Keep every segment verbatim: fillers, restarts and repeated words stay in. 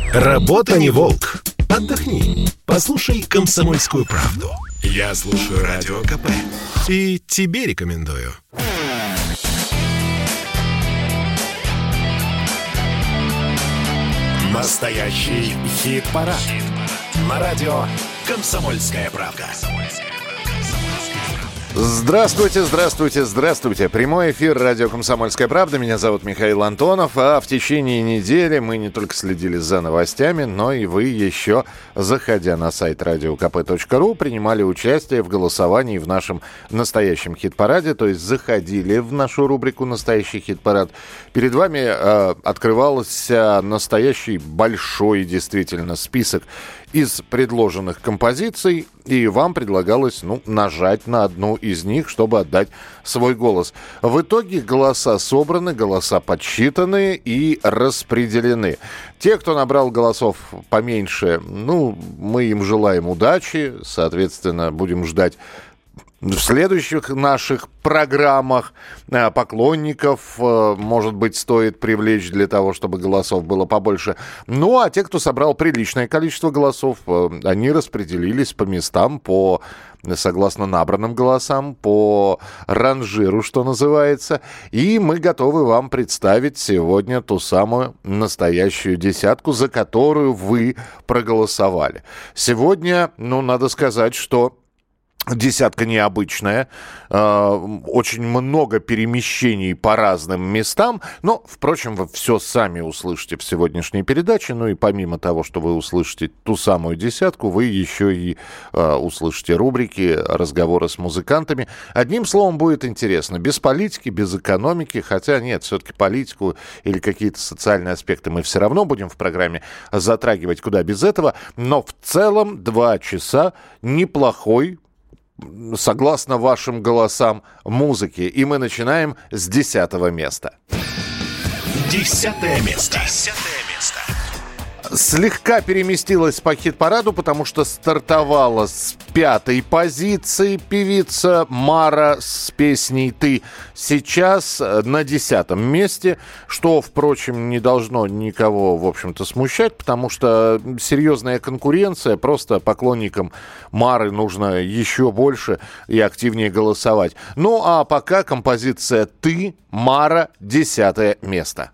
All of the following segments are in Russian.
Работа не волк. Отдохни. Послушай «Комсомольскую правду». Я слушаю Радио КП. И тебе рекомендую. Настоящий хит-парад. Хит-парад. На радио «Комсомольская правда». Здравствуйте, здравствуйте, здравствуйте. Прямой эфир радио «Комсомольская правда». Меня зовут Михаил Антонов. А в течение недели мы не только следили за новостями, но и вы еще, заходя на сайт радио ка пэ точка ру, принимали участие в голосовании в нашем настоящем хит-параде. То есть заходили в нашу рубрику «Настоящий хит-парад». Перед вами э, открывался настоящий большой действительно список из предложенных композиций, и вам предлагалось, ну, нажать на одну из них, чтобы отдать свой голос. В итоге голоса собраны, голоса подсчитаны и распределены. Те, кто набрал голосов поменьше, ну, мы им желаем удачи, соответственно, будем ждать в следующих наших программах поклонников, может быть, стоит привлечь для того, чтобы голосов было побольше. Ну, а те, кто собрал приличное количество голосов, они распределились по местам, по, согласно набранным голосам, по ранжиру, что называется. И мы готовы вам представить сегодня ту самую настоящую десятку, за которую вы проголосовали. Сегодня, ну, надо сказать, что десятка необычная, э, очень много перемещений по разным местам, но, впрочем, вы все сами услышите в сегодняшней передаче, ну и помимо того, что вы услышите ту самую десятку, вы еще и э, услышите рубрики, разговоры с музыкантами. Одним словом, будет интересно, без политики, без экономики, хотя нет, все-таки политику или какие-то социальные аспекты мы все равно будем в программе затрагивать, куда без этого, но в целом два часа неплохой, согласно вашим голосам, музыки. И мы начинаем с десятого места. Десятое место. Десятое место. Слегка переместилась по хит-параду, потому что стартовала с пятой позиции певица Мара с песней «Ты». Сейчас на десятом месте, что, впрочем, не должно никого, в общем-то, смущать, потому что серьезная конкуренция, просто поклонникам Мары нужно еще больше и активнее голосовать. Ну, а пока композиция «Ты», Мара, десятое место.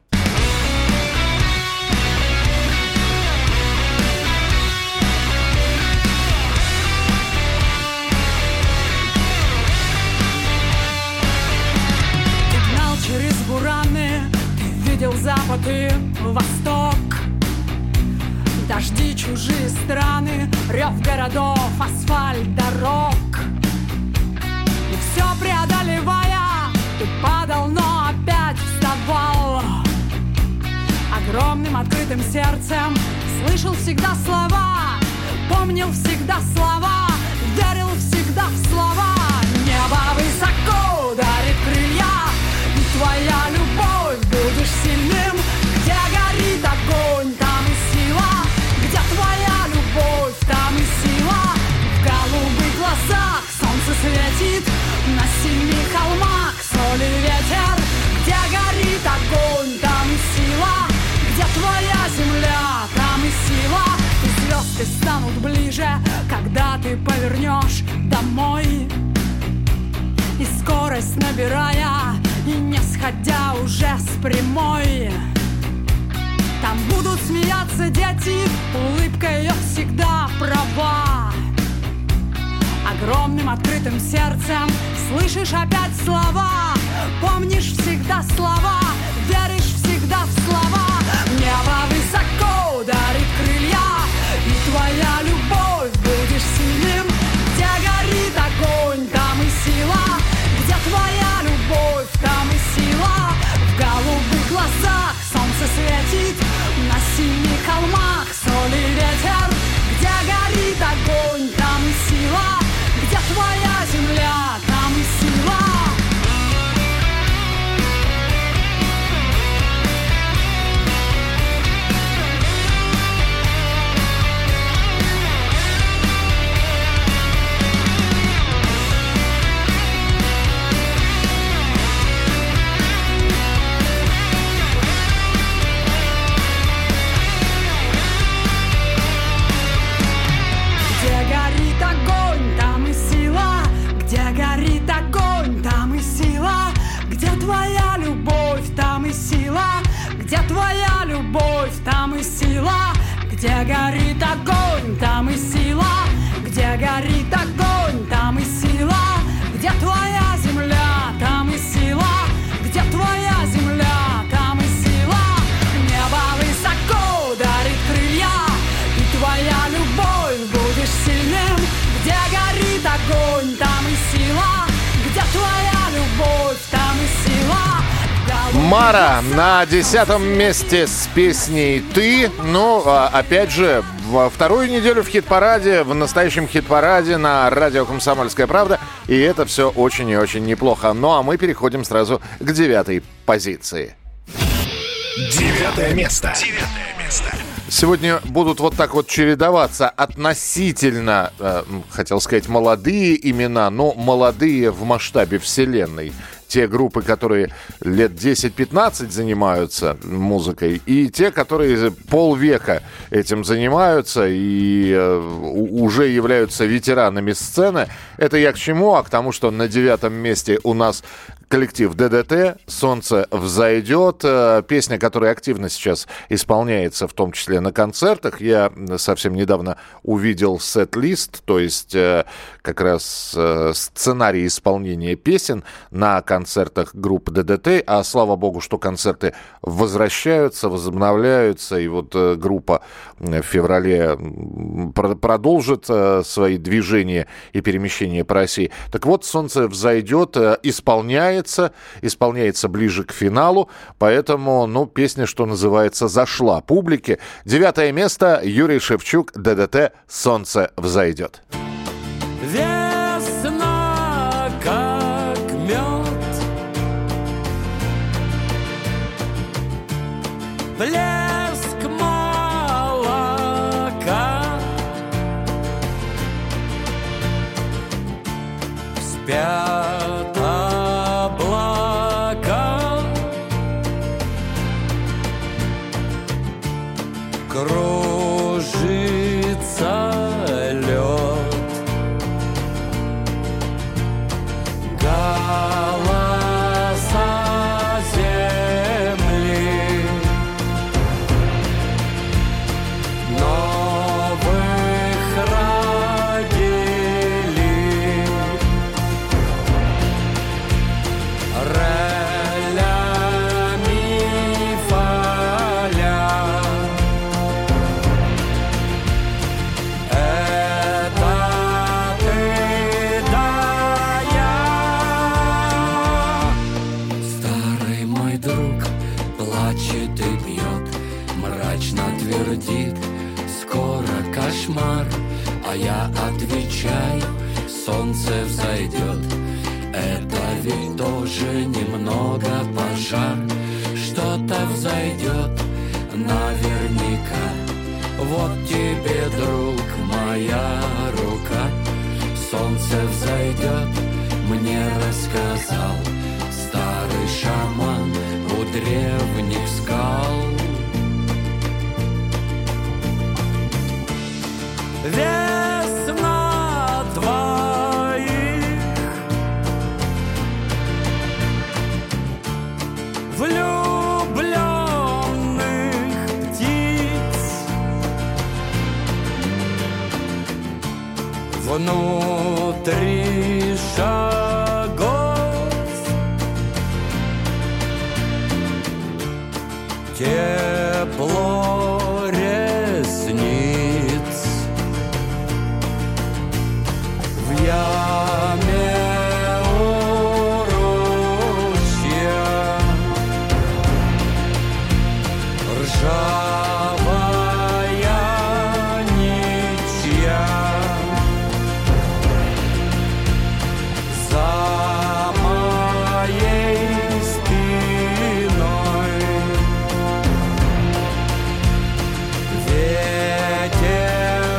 Запад и восток, дожди, чужие страны, рев городов, асфальт дорог. И все преодолевая, ты падал, но опять вставал. Огромным открытым сердцем слышал всегда слова, помнил всегда слова, верил всегда в слова. Небо высоко дарит крылья, и твоя любовь, будешь сильным. Где горит огонь, там и сила. Где твоя любовь, там и сила. В голубых глазах солнце светит, на синих холмах соль и ветер. Где горит огонь, там и сила. Где твоя земля, там и сила. И звезды станут ближе, когда ты повернешь домой. И скорость набирая, и не сходя уже с прямой. Там будут смеяться дети, улыбка ее всегда права. Огромным открытым сердцем слышишь опять слова, помнишь всегда слова, веришь всегда в слова. Небо высоко дарит крылья, и твоя любовь, будешь сильным. Где горит огонь, там и сила. Где твоя любовь, там и сила. В голубых глазах солнце светит, на синих холмах соль и ветер. Где горит огонь, там и сила. Где твоя земля, там и сила. Где горит огонь, там и сила. Где горит огонь, там и сила. Где твоя земля, там и сила. Где твоя земля, там и сила. Небо высоко дарит крылья, и твоя любовь будешь сильным. Где горит огонь, там и сила. Где твоя любовь, там и сила. Мара на десятом месте с песней «Ты». Ну, опять же, во вторую неделю в хит-параде, в настоящем хит-параде на радио «Комсомольская правда». И это все очень и очень неплохо. Ну, а мы переходим сразу к девятой позиции. Девятое место. Девятое место. Сегодня будут вот так вот чередоваться относительно, э, хотел сказать, молодые имена, но молодые в масштабе вселенной. Те группы, которые лет десять-пятнадцать занимаются музыкой, и те, которые полвека этим занимаются и э, уже являются ветеранами сцены. Это я к чему? А к тому, что на девятом месте у нас коллектив ДДТ «Солнце взойдет». Песня, которая активно сейчас исполняется, в том числе на концертах. Я совсем недавно увидел сет-лист, то есть как раз сценарий исполнения песен на концертах группы ДДТ. А слава богу, что концерты возвращаются, возобновляются. И вот группа в феврале продолжит свои движения и перемещения по России. Так вот, «Солнце взойдет» исполняет исполняется ближе к финалу, поэтому, ну, песня, что называется, зашла публике. Девятое место. Юрий Шевчук, ДДТ, «Солнце взойдет». Весна, как мед, блеск молока, спят кружится лед, голоса земли, новых родили, ролями фаля. Скоро кошмар, а я отвечаю, солнце взойдет. Это ведь тоже немного пожар, что-то взойдет наверняка. Вот тебе, друг, моя рука. Солнце взойдет, мне рассказал старый шаман у древних скал. Весна двоих влюбленных птиц внутри шагов тепло ресниц. В яме у ручья ржавая нитья, за моей спиной ветер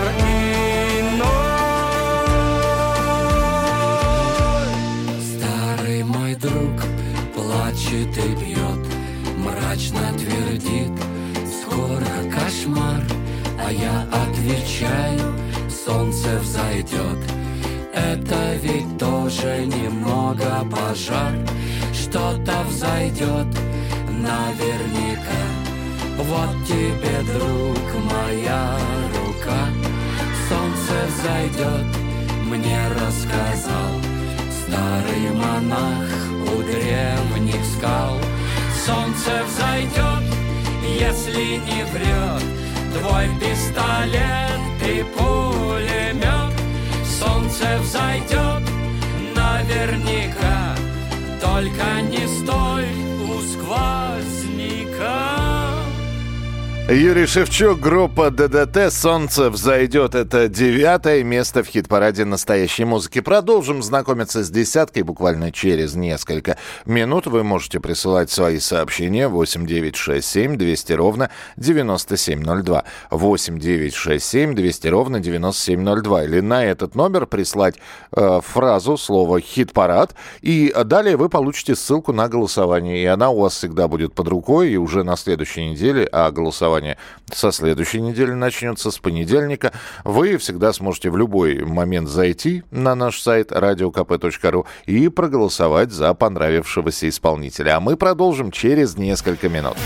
иной. Старый мой друг плачет и бьет, мрачно твердит: скоро кошмар, а я отвечаю: солнце взойдет. Это ведь тоже немного пожар, что-то взойдет наверняка. Вот тебе, друг, моя рука. Солнце взойдет, мне рассказал старый монах у древних скал. Солнце взойдет, если не врет твой пистолет и пулемет. Солнце взойдет наверняка, только не стой у сквозняка. Юрий Шевчук, группа ДДТ, «Солнце взойдет» — это девятое место в хит-параде настоящей музыки. Продолжим знакомиться с десяткой буквально через несколько минут. Вы можете присылать свои сообщения восемь девятьсот шестьдесят семь двести ровно девяносто семь ноль два. восемь девятьсот шестьдесят семь двести ровно девяносто семь ноль два. Или на этот номер прислать э, фразу, слово «хит-парад». И далее вы получите ссылку на голосование. И она у вас всегда будет под рукой. И уже на следующей неделе, а голосование со следующей недели начнется, с понедельника. Вы всегда сможете в любой момент зайти на наш сайт радио ка пэ точка ру и проголосовать за понравившегося исполнителя. А мы продолжим через несколько минут.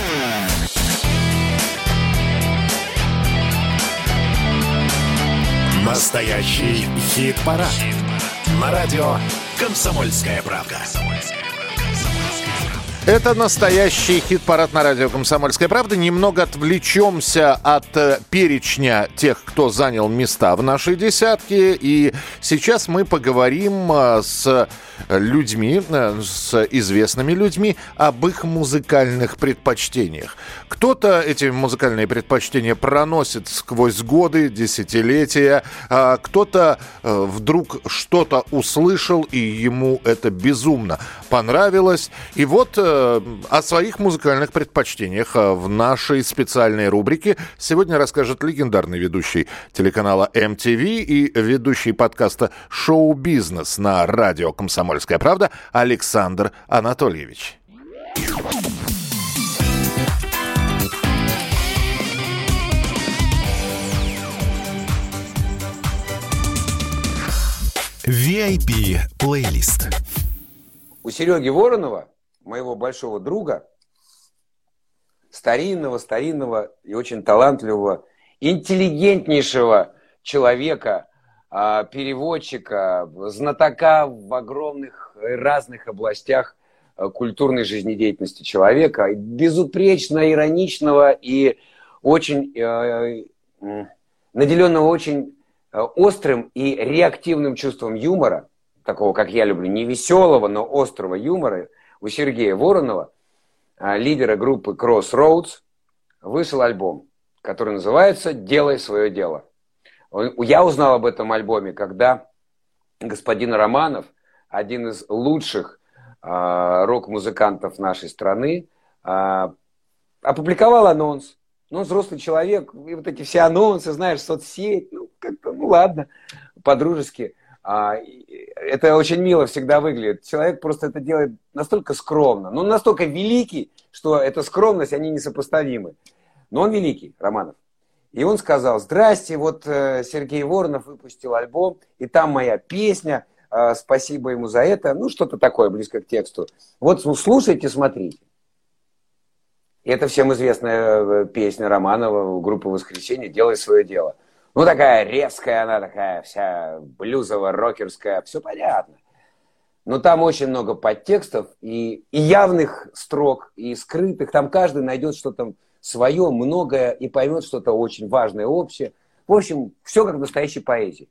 Настоящий хит-парад. На радио «Комсомольская правда». Это настоящий хит-парад на радио «Комсомольская правда». Немного отвлечемся от э, перечня тех, кто занял места в нашей десятке. И сейчас мы поговорим э, с людьми, э, с известными людьми об их музыкальных предпочтениях. Кто-то эти музыкальные предпочтения проносит сквозь годы, десятилетия. А кто-то э, вдруг что-то услышал, и ему это безумно понравилось. И вот... Э, О своих музыкальных предпочтениях в нашей специальной рубрике сегодня расскажет легендарный ведущий телеканала эм ти ви и ведущий подкаста «Шоу-бизнес» на радио «Комсомольская правда» Александр Анатольевич. ви ай пи-плейлист. У Сереги Воронова, моего большого друга, старинного, старинного и очень талантливого, интеллигентнейшего человека, переводчика, знатока в огромных разных областях культурной жизнедеятельности человека, безупречно ироничного и очень наделенного очень острым и реактивным чувством юмора, такого, как я люблю, не веселого, но острого юмора. У Сергея Воронова, лидера группы Crossroads, вышел альбом, который называется «Делай свое дело». Я узнал об этом альбоме, когда господин Романов, один из лучших э, рок-музыкантов нашей страны, э, опубликовал анонс. Ну, он взрослый человек, и вот эти все анонсы, знаешь, соцсеть, ну, как-то, ну, ладно, по-дружески. Это очень мило всегда выглядит. Человек просто это делает настолько скромно, но настолько великий, что эта скромность, они несопоставимы. Но он великий, Романов. И он сказал: здрасте, вот Сергей Воронов выпустил альбом, и там моя песня, спасибо ему за это. Ну, что-то такое, близко к тексту. Вот слушайте, смотрите. И это всем известная песня Романова, группы «Воскресенье», «Делай свое дело». Ну, такая резкая она, такая вся блюзово-рокерская, все понятно. Но там очень много подтекстов и, и явных строк, и скрытых. Там каждый найдет что-то свое, многое, и поймет что-то очень важное, общее. В общем, все как в настоящей поэзии.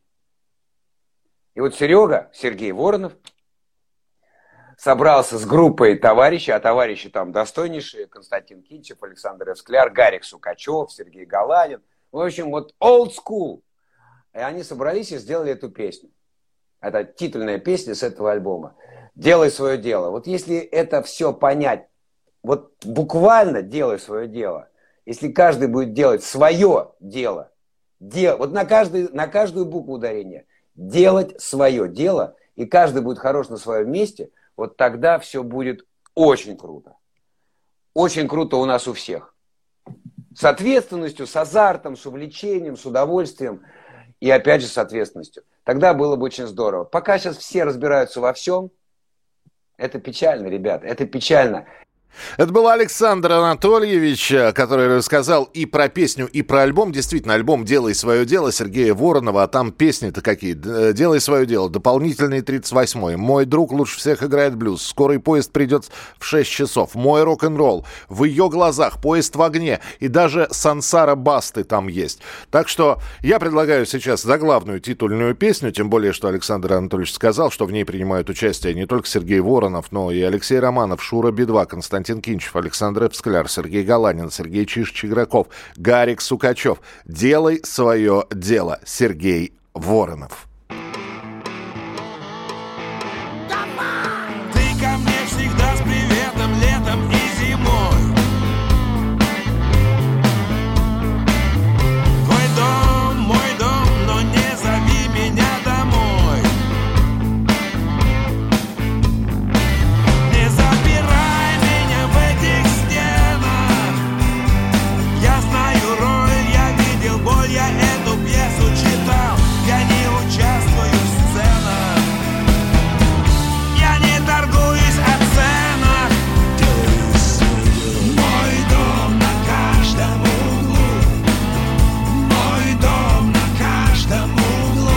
И вот Серега, Сергей Воронов, собрался с группой товарищей, а товарищи там достойнейшие: Константин Кинчев, Александр Эскляр, Гарик Сукачев, Сергей Галадин. В общем, вот old school. И они собрались и сделали эту песню. Это титульная песня с этого альбома. «Делай свое дело». Вот если это все понять, вот буквально делай свое дело. Если каждый будет делать свое дело, дел, вот на, каждый, на каждую букву ударения, делать свое дело, и каждый будет хорош на своем месте, вот тогда все будет очень круто. Очень круто у нас у всех. С ответственностью, с азартом, с увлечением, с удовольствием и опять же с ответственностью. Тогда было бы очень здорово. Пока сейчас все разбираются во всем, это печально, ребята, это печально. Это был Александр Анатольевич, который рассказал и про песню, и про альбом. Действительно, альбом «Делай свое дело» Сергея Воронова, а там песни-то какие. «Делай свое дело», дополнительный тридцать восьмой, «Мой друг лучше всех играет блюз», «Скорый поезд придет в шесть часов», «Мой рок-н-ролл», «В ее глазах», «Поезд в огне» и даже «Сансара Басты» там есть. Так что я предлагаю сейчас заглавную титульную песню, тем более, что Александр Анатольевич сказал, что в ней принимают участие не только Сергей Воронов, но и Алексей Романов, Шура Би-два, Константин Кинчев, Александр Эвскляр, Сергей Галанин, Сергей Чиж-Чиграков, Гарик Сукачев. «Делай свое дело», Сергей Воронов. Ты ко мне всегда с приветом летом и зимой. Твой дом, мой дом, но не зови меня домой. Не запирай меня в этих стенах. Я знаю роль, я видел боль, я эту пьесу читал. Я не участвую в сценах. Я не торгуюсь о ценах. Мой дом на каждом углу. Мой дом на каждом углу.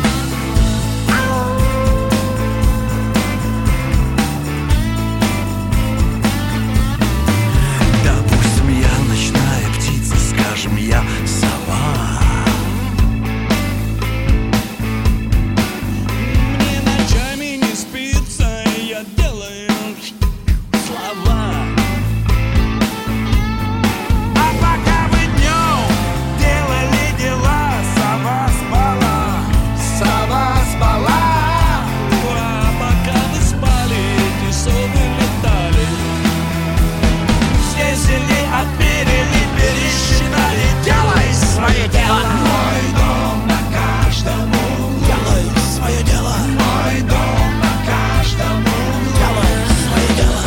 Допустим, я ночная птица, скажем, я сова. Мне ночами не спится, и я делаю слова. А пока вы днем делали дела, сова спала. Сова спала. А пока вы спали, эти совы летали. Съездили, отмерили, пересчитали. Делай свое дело. Мой дом на каждом углу. Делай свое дело. Мой дом на каждом углу. Делай свое дело.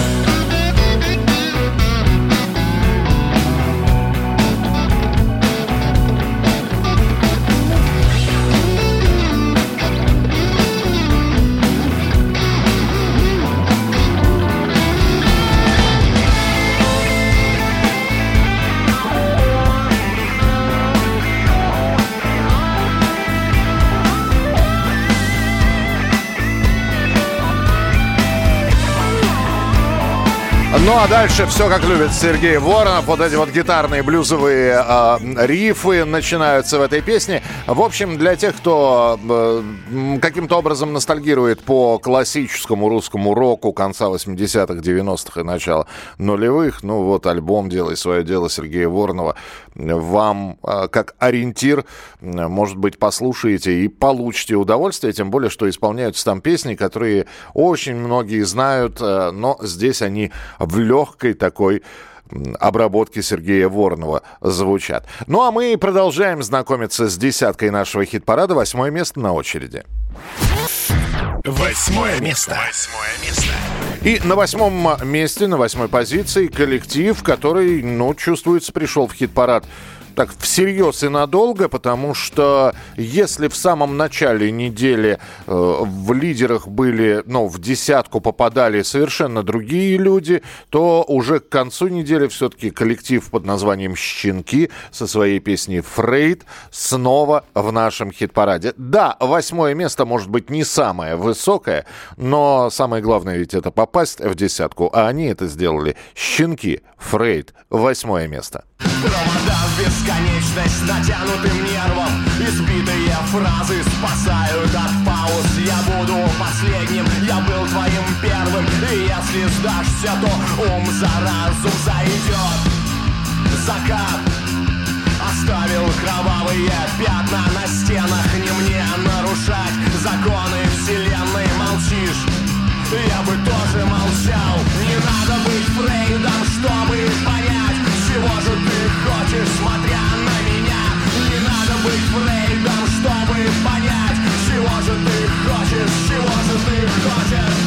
Ну а дальше все как любит Сергей Воронов. Вот эти вот гитарные блюзовые э, рифы начинаются в этой песне. В общем, для тех, кто э, каким-то образом ностальгирует по классическому русскому року конца восьмидесятых, девяностых и начала нулевых, ну вот альбом «Делай свое дело» Сергея Воронова вам э, как ориентир, может быть, послушаете и получите удовольствие, тем более, что исполняются там песни, которые очень многие знают, э, но здесь они в легкой такой обработки Сергея Воронова звучат. Ну а мы продолжаем знакомиться с десяткой нашего хит-парада. Восьмое место на очереди. Восьмое место. Восьмое место. И на восьмом месте, на восьмой позиции коллектив, который, ну, чувствуется, пришел в хит-парад так всерьез и надолго, потому что если в самом начале недели э, в лидерах были, ну, в десятку попадали совершенно другие люди, то уже к концу недели все-таки коллектив под названием «Щенки» со своей песней «Фрейд» снова в нашем хит-параде. Да, восьмое место может быть не самое высокое, но самое главное ведь это попасть в десятку, а они это сделали. «Щенки», «Фрейд», восьмое место. Провода в бесконечность натянутым нервом. Избитые фразы спасают от пауз. Я буду последним, я был твоим первым. И если сдашься, то ум за разум зайдет. Закат оставил кровавые пятна на стенах. Не мне нарушать законы вселенной. Молчишь, я бы тоже молчал. Не надо быть Фрейдом, чтобы понять, чего же ты хочешь, смотря на меня. Не надо быть Фрейдом, чтобы понять, чего же ты хочешь, чего же ты хочешь.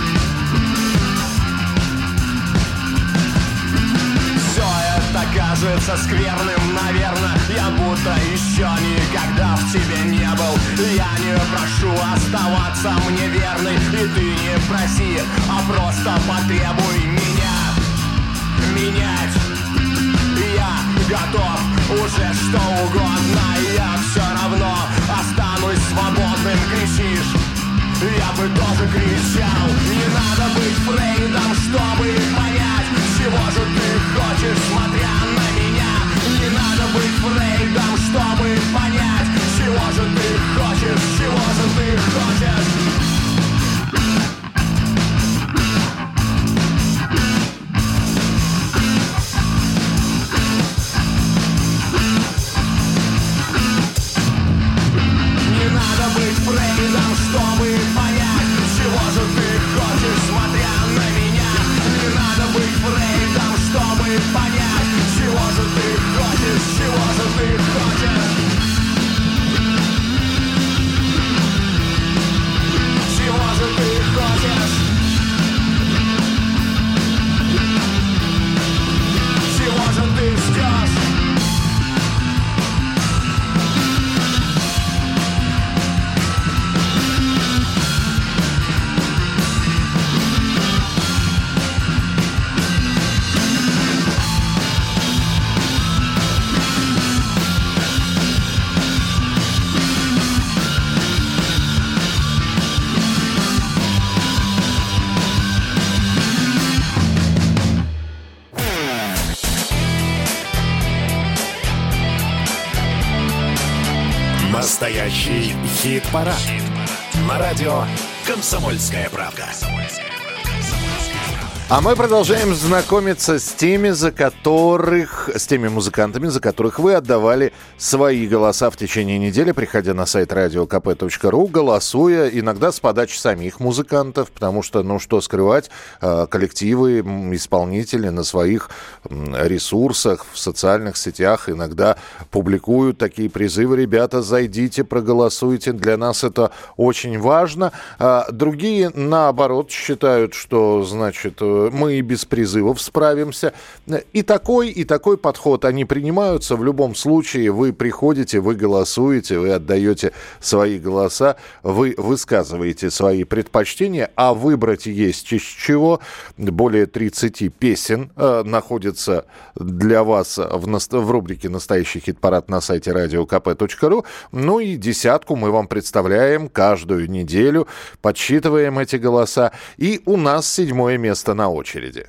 Все это кажется становится скверным, наверное. Я будто еще никогда в тебе не был. Я не прошу оставаться мне верной, и ты не проси, а просто потребуй меня менять. Я готов уже что угодно, я все равно останусь свободным. Кричишь, я бы тоже кричал. Не надо быть Фрейдом, чтобы понять, чего же ты хочешь, смотря на меня. Не надо быть Фрейдом, чтобы понять, чего же ты хочешь, чего же ты хочешь. Фрейдом, чтобы понять, чего же ты хочешь, смотря на меня. Не надо быть Фрейдом, чтобы понять, чего же ты хочешь, чего же ты хочешь. Чего же ты хочешь? Чего же ты ждешь? Настоящий хит-парад. Хит-парад. На радио «Комсомольская правда». А мы продолжаем знакомиться с теми, за которых, с теми музыкантами, за которых вы отдавали свои голоса в течение недели, приходя на сайт радио ка пэ точка ру, голосуя иногда с подачи самих музыкантов, потому что, ну что скрывать, коллективы, исполнители на своих ресурсах, в социальных сетях иногда публикуют такие призывы. Ребята, зайдите, проголосуйте, для нас это очень важно. Другие, наоборот, считают, что, значит, мы и без призывов справимся. И такой, и такой подход, они принимаются. В любом случае вы приходите, вы голосуете, вы отдаете свои голоса, вы высказываете свои предпочтения, а выбрать есть из чего. Более тридцати песен э, находится для вас в, на... в рубрике «Настоящий хит-парад» на сайте радио ка пэ точка ру. Ну и десятку мы вам представляем каждую неделю, подсчитываем эти голоса. И у нас седьмое место на очереди.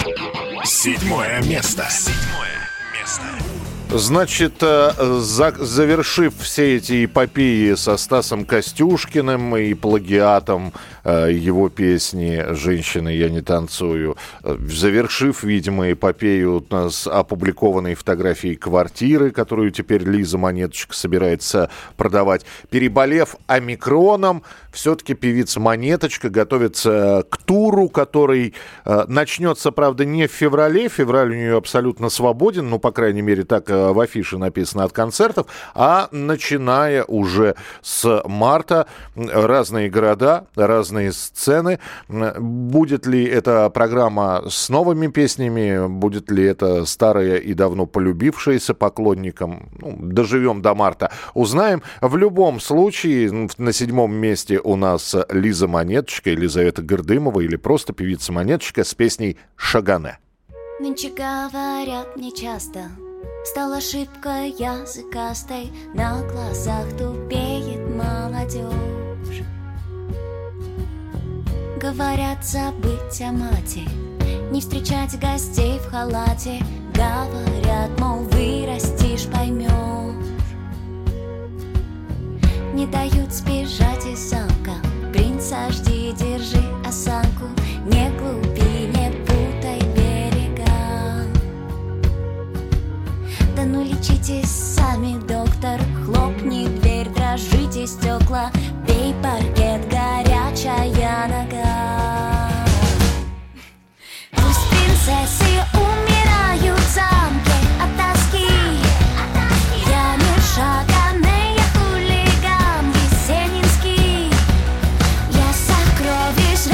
Седьмое место. Седьмое место. Значит, за, завершив все эти эпопеи со Стасом Костюшкиным и плагиатом его песни «Женщины, я не танцую», завершив, видимо, эпопею с опубликованной фотографией квартиры, которую теперь Лиза Монеточка собирается продавать, переболев омикроном, все-таки певица Монеточка готовится к туру, который начнется, правда, не в феврале. Февраль у нее абсолютно свободен, ну, по крайней мере, так в афише написано, от концертов, а начиная уже с марта разные города, разные сцены. Будет ли эта программа с новыми песнями, будет ли это старая и давно полюбившаяся поклонникам? Ну, доживем до марта, узнаем. В любом случае, на седьмом месте у нас Лиза Монеточка, Елизавета Гордымова или просто певица Монеточка с песней «Шагане». Нынче говорят мне часто, стал ошибкой языкастой, на глазах тупеет молодежь. Говорят, забыть о мате, не встречать гостей в халате. Говорят, мол, вырастешь, поймешь. Не дают сбежать из замка, принца жди, держи осанку. Не глупи, не путай берега. Да ну лечитесь сами, доктор, хлопни дверь, дрожите стекла, бей паркет, горячая нога. Пусть принцессы умирают в замке от тоски, я не Шагане, я хулиган Есенинский. Я сокровищ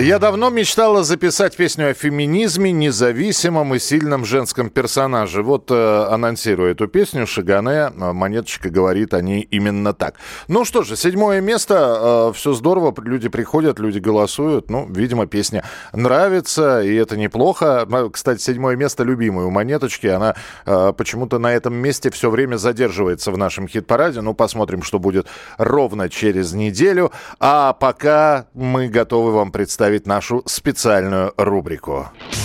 Я давно мечтала записать песню о феминизме, независимом и сильном женском персонаже. Вот э, анонсирую эту песню Шагане. Монеточка говорит о ней именно так. Ну что же, седьмое место. Э, все здорово. Люди приходят, люди голосуют. Ну, видимо, песня нравится, и это неплохо. Кстати, седьмое место любимое у Монеточки. Она э, почему-то на этом месте все время задерживается в нашем хит-параде. Ну, посмотрим, что будет ровно через неделю. А пока мы готовы вам представить нашу специальную рубрику.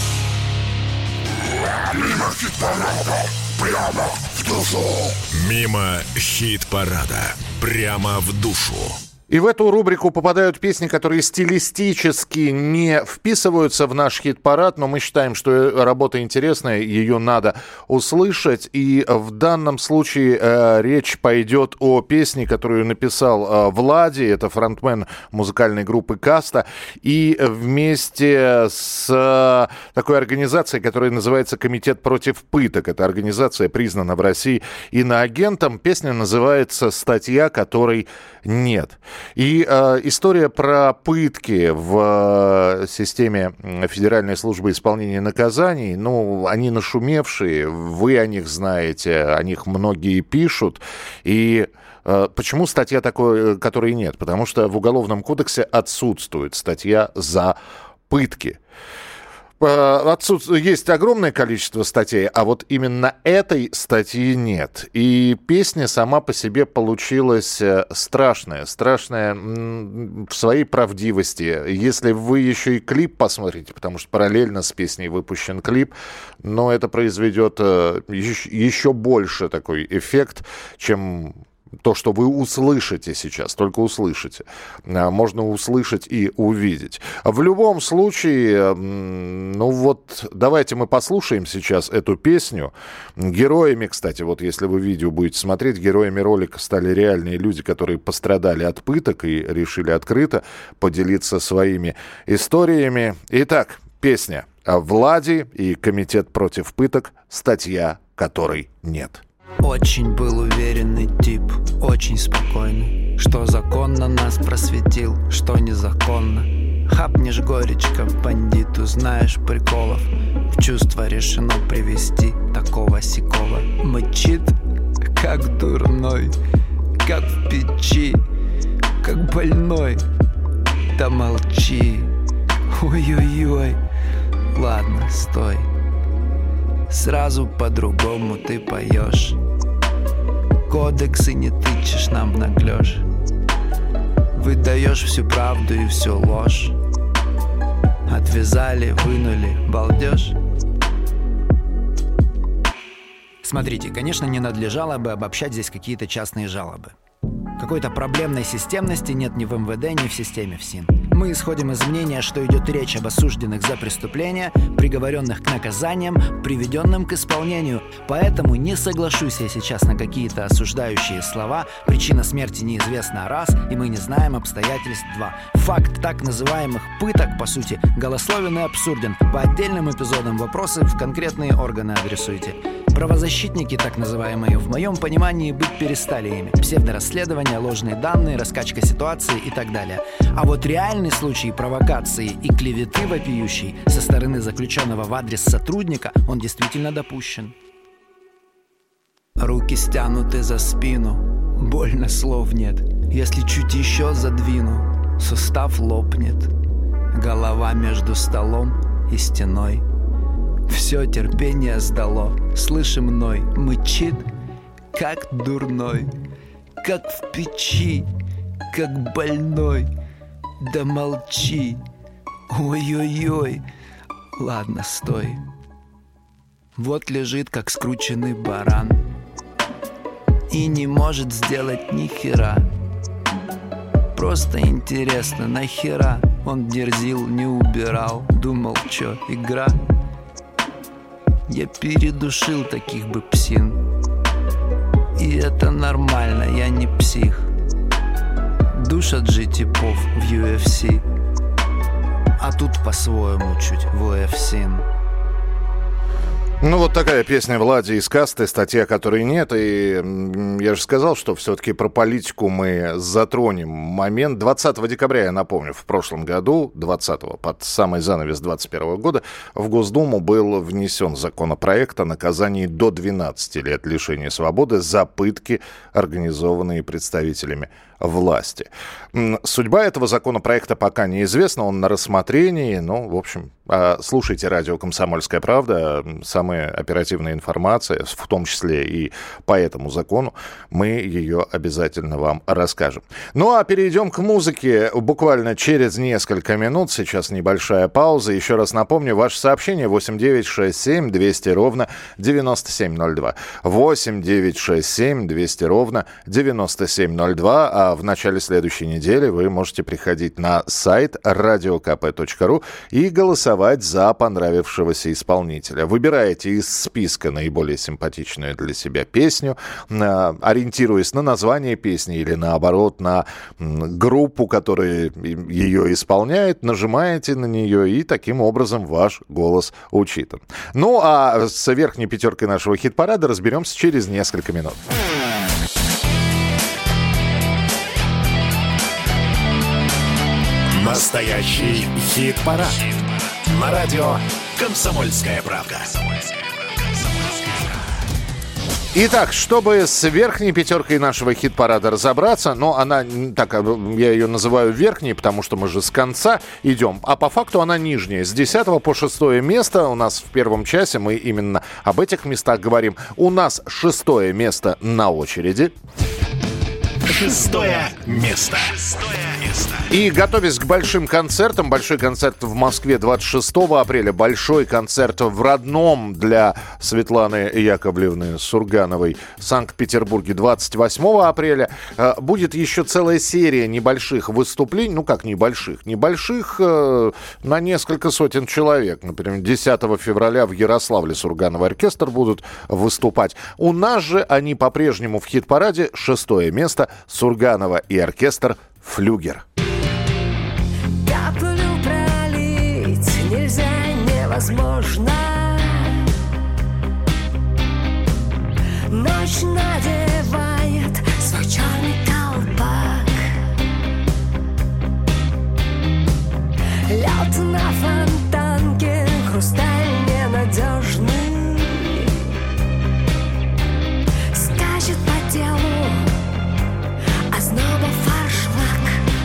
Мимо хит-парада, прямо в душу. Мимо хит-парада, прямо в душу. И в эту рубрику попадают песни, которые стилистически не вписываются в наш хит-парад, но мы считаем, что работа интересная, ее надо услышать. И в данном случае э, речь пойдет о песне, которую написал э, Влади, это фронтмен музыкальной группы «Каста», и вместе с э, такой организацией, которая называется «Комитет против пыток». Эта организация признана в России иноагентом. Песня называется «Статья, которой нет». И э, история про пытки в э, системе Федеральной службы исполнения наказаний, ну, они нашумевшие, вы о них знаете, о них многие пишут. И э, почему статья такой, которой нет? Потому что в Уголовном кодексе отсутствует статья за пытки. Отсутствует, есть огромное количество статей, а вот именно этой статьи нет. И песня сама по себе получилась страшная. Страшная в своей правдивости. Если вы еще и клип посмотрите, потому что параллельно с песней выпущен клип, но это произведет еще больше такой эффект, чем... то, что вы услышите сейчас, только услышите. Можно услышать и увидеть. В любом случае, ну вот, давайте мы послушаем сейчас эту песню. Героями, кстати, вот если вы видео будете смотреть, героями ролика стали реальные люди, которые пострадали от пыток и решили открыто поделиться своими историями. Итак, песня Влади и Комитет против пыток, статья, которой нет. Очень был уверенный тип, очень спокойный. Что законно нас просветил, что незаконно. Хапнешь горечка бандиту, знаешь приколов. В чувство решено привести такого-сякого. Мычит, как дурной, как в печи, как больной. Да молчи, ой-ой-ой. Ладно, стой. Сразу по-другому ты поешь. Кодексы не тычешь, нам наглешь. Выдаешь всю правду и всю ложь. Отвязали, вынули, балдеж. Смотрите, конечно, не надлежало бы обобщать здесь какие-то частные жалобы. Какой-то проблемной системности нет ни в эм вэ дэ, ни в системе ФСИН. Мы исходим из мнения, что идет речь об осужденных за преступления, приговоренных к наказаниям, приведенным к исполнению. Поэтому не соглашусь я сейчас на какие-то осуждающие слова. Причина смерти неизвестна раз, и мы не знаем обстоятельств два. Факт так называемых пыток, по сути, голословен и абсурден. По отдельным эпизодам вопросы в конкретные органы адресуйте. Правозащитники, так называемые, в моем понимании быть перестали ими. Псевдорасследования, ложные данные, раскачка ситуации и так далее. А вот реальный случай провокации и клеветы вопиющей со стороны заключенного в адрес сотрудника, он действительно допущен. Руки стянуты за спину, больно слов нет. Если чуть еще задвину, сустав лопнет. Голова между столом и стеной. Все терпение сдало, слышим мной, мычит, как дурной, как в печи, как больной. Да молчи, ой-ой-ой, ладно, стой. Вот лежит, как скрученный баран, и не может сделать ни хера. Просто интересно, нахера он дерзил, не убирал, думал, чё, игра. Я передушил таких бы псин, и это нормально, я не псих. Душат же типов в ю эф си, а тут по-своему чуть в о эф син. Ну, вот такая песня Влади из «Касты», статья, которой нет. И я же сказал, что все-таки про политику мы затронем момент. двадцатого декабря, я напомню, в прошлом году, двадцатого, под самый занавес двадцать первого года, в Госдуму был внесен законопроект о наказании до двенадцати лет лишения свободы за пытки, организованные представителями власти. Судьба этого законопроекта пока неизвестна, он на рассмотрении. Ну, в общем, слушайте радио «Комсомольская правда». Самая оперативная информация, в том числе и по этому закону, мы ее обязательно вам расскажем. Ну, а перейдем к музыке буквально через несколько минут. Сейчас небольшая пауза. Еще раз напомню, ваше сообщение восемь девятьсот шестьдесят семь двести ровно девяносто семь ноль два. восемь девятьсот шестьдесят семь двести ровно девяносто семь ноль два. А в начале следующей недели вы можете приходить на сайт радио ка пэ точка ру и голосовать за понравившегося исполнителя. Выбираете из списка наиболее симпатичную для себя песню, ориентируясь на название песни или наоборот на группу, которая ее исполняет, нажимаете на нее, и таким образом ваш голос учитан. Ну а с верхней пятеркой нашего хит-парада разберемся через несколько минут. Настоящий хит-парад. На радио «Комсомольская правда». Итак, чтобы с верхней пятеркой нашего хит-парада разобраться, но она, так, я ее называю верхней, потому что мы же с конца идем, а по факту она нижняя. С десятого по шестое место у нас в первом часе, мы именно об этих местах говорим. У нас шестое место на очереди. Шестое место. И готовясь к большим концертам, большой концерт в Москве двадцать шестого апреля, большой концерт в родном для Светланы Яковлевны Сургановой Санкт-Петербурге двадцать восьмого апреля, будет еще целая серия небольших выступлений, ну как небольших, небольших на несколько сотен человек. Например, десятого февраля в Ярославле Сургановый оркестр будут выступать. У нас же они по-прежнему в хит-параде. Шестое место. Сурганова и оркестр «Флюгер». Каплю пролить нельзя, невозможно. Ночь надевает свой черный колпак. Лед на фонтанке, хрусталь ненадежный, скачет по телу озноба фаршлаг.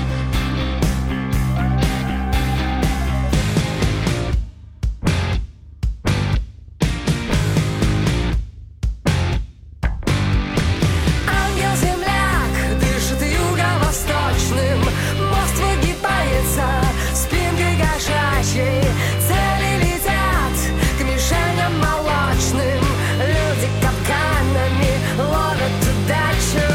Ангел-земляк дышит юго-восточным, мост выгибается спинкой кошачьей, цели летят к мишеням молочным, люди капканами ловят удачу.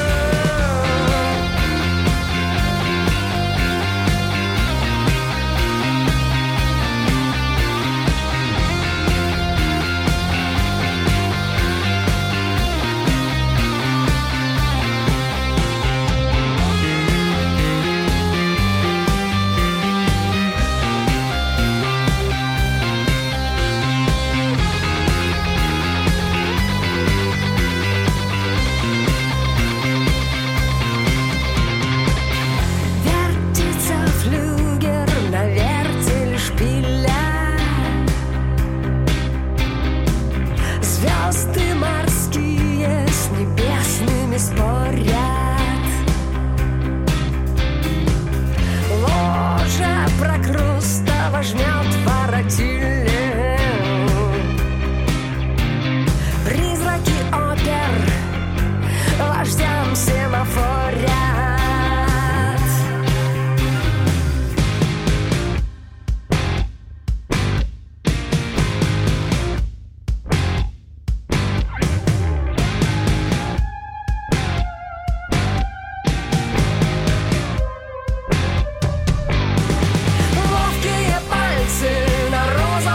Ловкие пальцы на розовом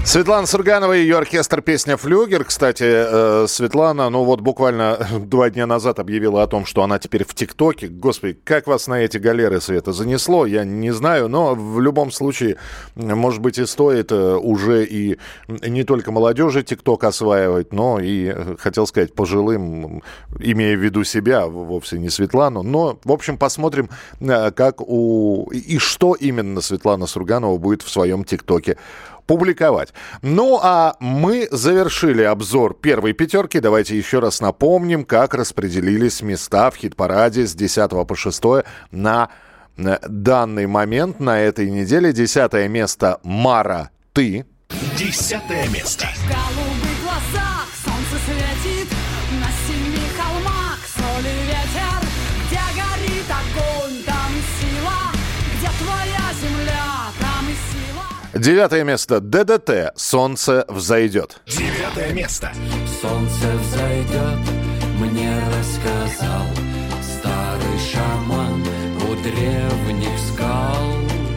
Светлана Сурганова и ее оркестр, песня «Флюгер». Кстати, э, Светлана, ну вот буквально два дня назад объявила о том, что она теперь в ТикТоке. Господи, как вас на эти галеры, Света, занесло, я не знаю, но в любом случае, может быть, и стоит уже и не только молодежи ТикТок осваивать, но и, хотел сказать, пожилым, имея в виду себя, вовсе не Светлану. Но, в общем, посмотрим, как у... и что именно Светлана Сурганова будет в своем ТикТоке публиковать. Ну, а мы завершили обзор первой пятерки. Давайте еще раз напомним, как распределились места в хит-параде с десятого по шестое на данный момент, на этой неделе. Десятое место «Мара, ты». Десятое место. В голубых глазах солнце светит, на семи холмах соли ветер, где горит огонь, там и сила, где твоя земля, там и сила. Девятое место «ДДТ. Солнце взойдет». Девятое место. Солнце взойдет, мне рассказал старый шаман у древних скал.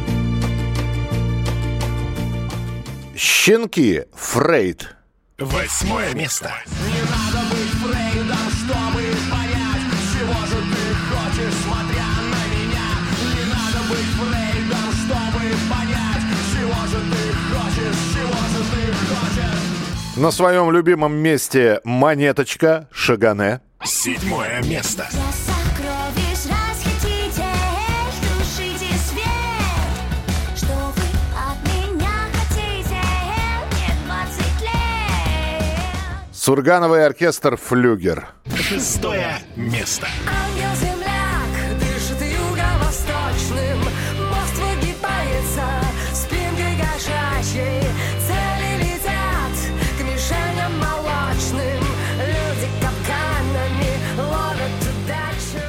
«Щенки. Фрейд». Восьмое место. Не надо быть Фрейдом, чтобы понять, чего же ты хочешь, смотря на меня. Не надо быть Фрейдом, чтобы понять, чего же ты хочешь, чего же ты хочешь. На своем любимом месте «Монеточка», Шагане. Седьмое место. Сокровищ расхитите, тушите свет. Что вы от меня хотите? Мне двадцать лет. Сургановый оркестр «Флюгер». Шестое место. Ангел-земляк дышит юго-восточным, мост выгибается спинкой кошачьей. Цели летят к мишеням молочным, люди капканами ловят удачу.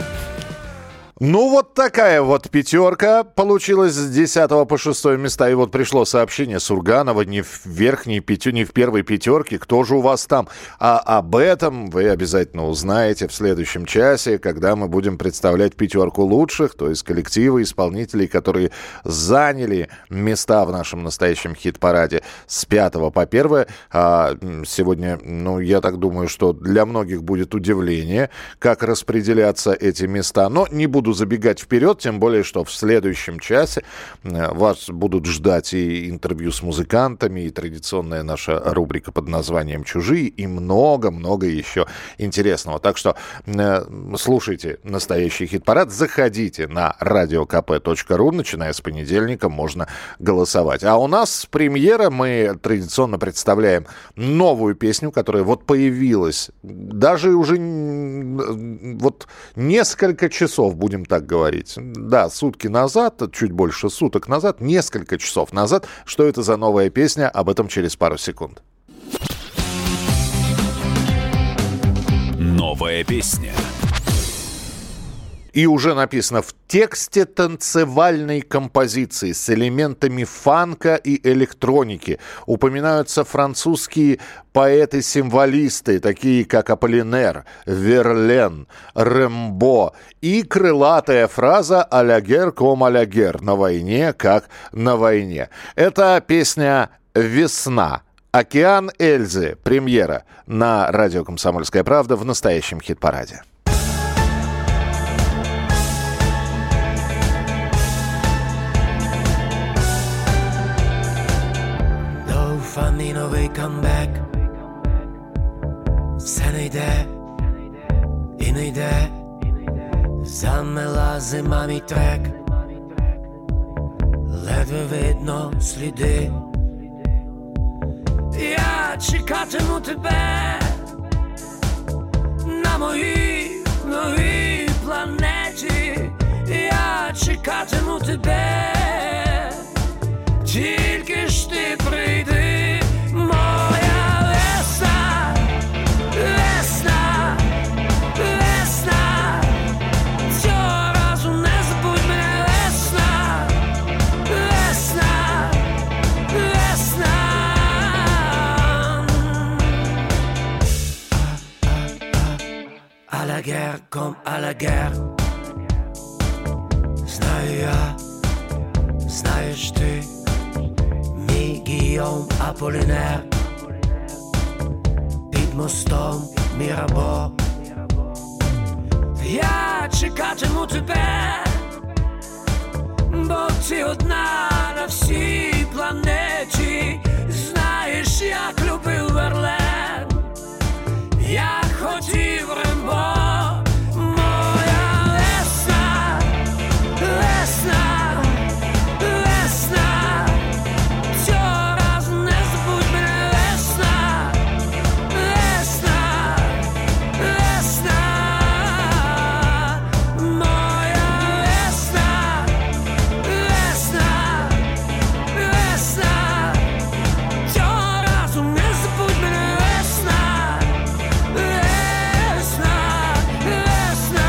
Ну, вот такая вот пятерка получилась с десятого по шестое места. И вот пришло сообщение Сурганова не в верхней пятю, не в первой пятерке. Кто же у вас там? А об этом вы обязательно узнаете в следующем часе, когда мы будем представлять пятерку лучших, то есть коллективы, исполнителей, которые заняли места в нашем настоящем хит-параде с пятого по первое. А сегодня, ну, я так думаю, что для многих будет удивление, как распределяться эти места. Но не буду забегать вперед, тем более, что в следующем часе вас будут ждать и интервью с музыкантами, и традиционная наша рубрика под названием «Чужие», и много-много еще интересного. Так что э, слушайте настоящий хит-парад, заходите на радио ка пэ точка ру, начиная с понедельника можно голосовать. А у нас премьера, мы традиционно представляем новую песню, которая вот появилась, даже уже вот несколько часов, будем так говорить. Да, сутки назад, чуть больше суток назад, несколько часов назад. Что это за новая песня? Об этом через пару секунд. Новая песня. И уже написано: в тексте танцевальной композиции с элементами фанка и электроники упоминаются французские поэты-символисты, такие как Аполлинер, Верлен, Рембо, и крылатая фраза «à la guerre comme à la guerre» — на войне, как на войне. Это песня «Весна». «Океан Эльзы», премьера на радио «Комсомольская правда» в настоящем хит-параде. Fammi новый камбэк. Все не йде і не йде, замела зима мій трек, ледве видно сліди. Я чекатиму тебе на моїй новій планеті. Я чекатиму тебе, тільки ж ти прийди. À la guerre, comme à la guerre. Знаю я, знаешь ты, миги прийом Аполінер під мостом Мірабо. Я чекатиму тебе, бо ти одна на всій планеті. Знаєш, як любив Верлен, як хотів Рембо. Моя весна, весна, весна, цього разу не забудь мене. Весна, весна, весна, моя весна, весна, весна, цього разу не забудь мене. Весна, весна, весна.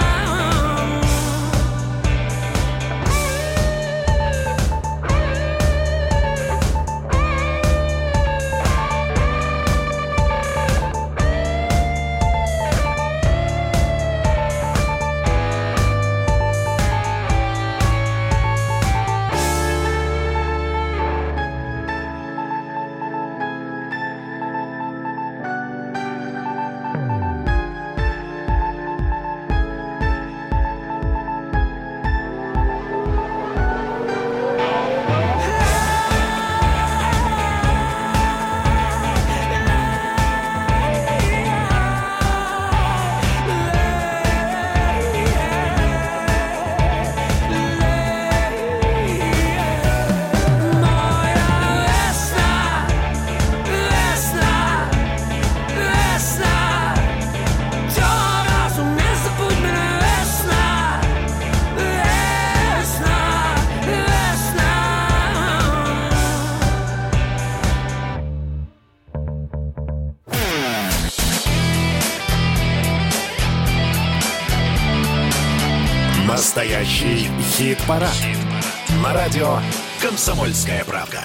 Настоящий хит-парад. На радио «Комсомольская правда».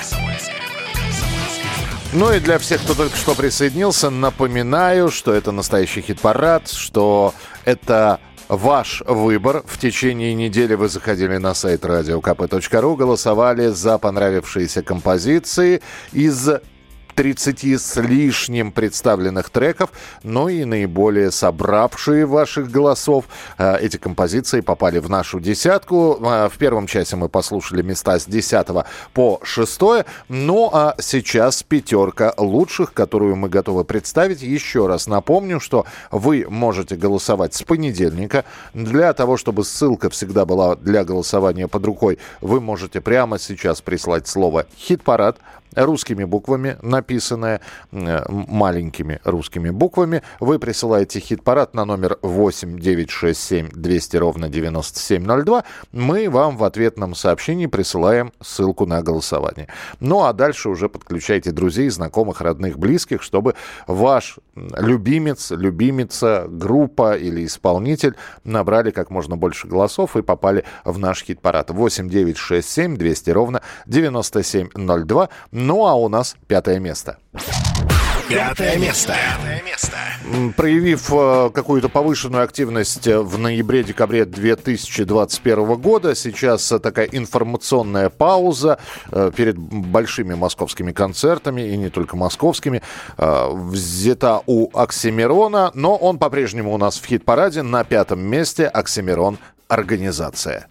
Ну и для всех, кто только что присоединился, напоминаю, что это настоящий хит-парад, что это ваш выбор. В течение недели вы заходили на сайт радио ка пэ точка ру, голосовали за понравившиеся композиции из тридцати с лишним представленных треков, но и наиболее собравшие ваших голосов. Эти композиции попали в нашу десятку. В первом часе мы послушали места с десятого по шестое. Ну а сейчас пятерка лучших, которую мы готовы представить. Еще раз напомню, что вы можете голосовать с понедельника. Для того, чтобы ссылка всегда была для голосования под рукой, вы можете прямо сейчас прислать слово «Хит-парад» русскими буквами, написанное э, маленькими русскими буквами. Вы присылаете хит-парад на номер восемь девятьсот шестьдесят семь двести ровно девяносто семь ноль два. Мы вам в ответном сообщении присылаем ссылку на голосование. Ну а дальше уже подключайте друзей, знакомых, родных, близких, чтобы ваш любимец, любимица, группа или исполнитель набрали как можно больше голосов и попали в наш хит-парад. восемь девятьсот шестьдесят семь двести ровно девяносто семь ноль два. Ну, а у нас пятое место. Пятое место. Пятое место. Проявив э, какую-то повышенную активность в ноябре-декабре две тысячи двадцать первого года, сейчас э, такая информационная пауза э, перед большими московскими концертами, и не только московскими, э, взята у Оксимирона, но он по-прежнему у нас в хит-параде на пятом месте. Оксимирон «Организация».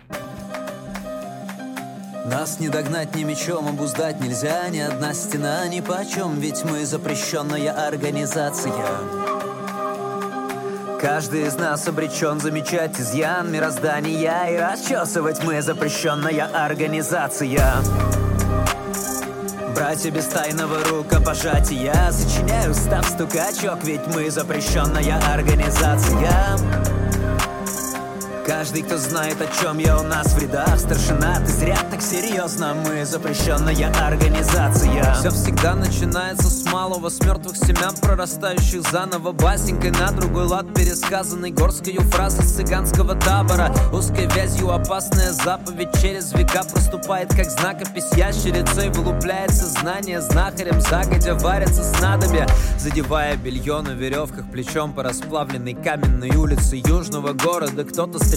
Нас не догнать ни мечом, обуздать нельзя, ни одна стена ни почем, ведь мы запрещенная организация. Каждый из нас обречен замечать изъян мироздания, и расчесывать мы запрещенная организация. Братья без тайного рукопожатия, сочиняю став стукачок, ведь мы запрещенная организация. Каждый, кто знает, о чем я у нас в рядах. Старшина, ты зря так серьезно, мы запрещенная организация. Все всегда начинается с малого, с мертвых семян, прорастающих заново. Басенькой на другой лад, пересказанной горскою фразой с цыганского табора. Узкой вязью опасная заповедь через века проступает, как знакопись ящерицей. Вылупляется знание знахарем, загодя варятся снадобья, задевая белье на веревках плечом по расплавленной каменной улице южного города. Кто-то стреляет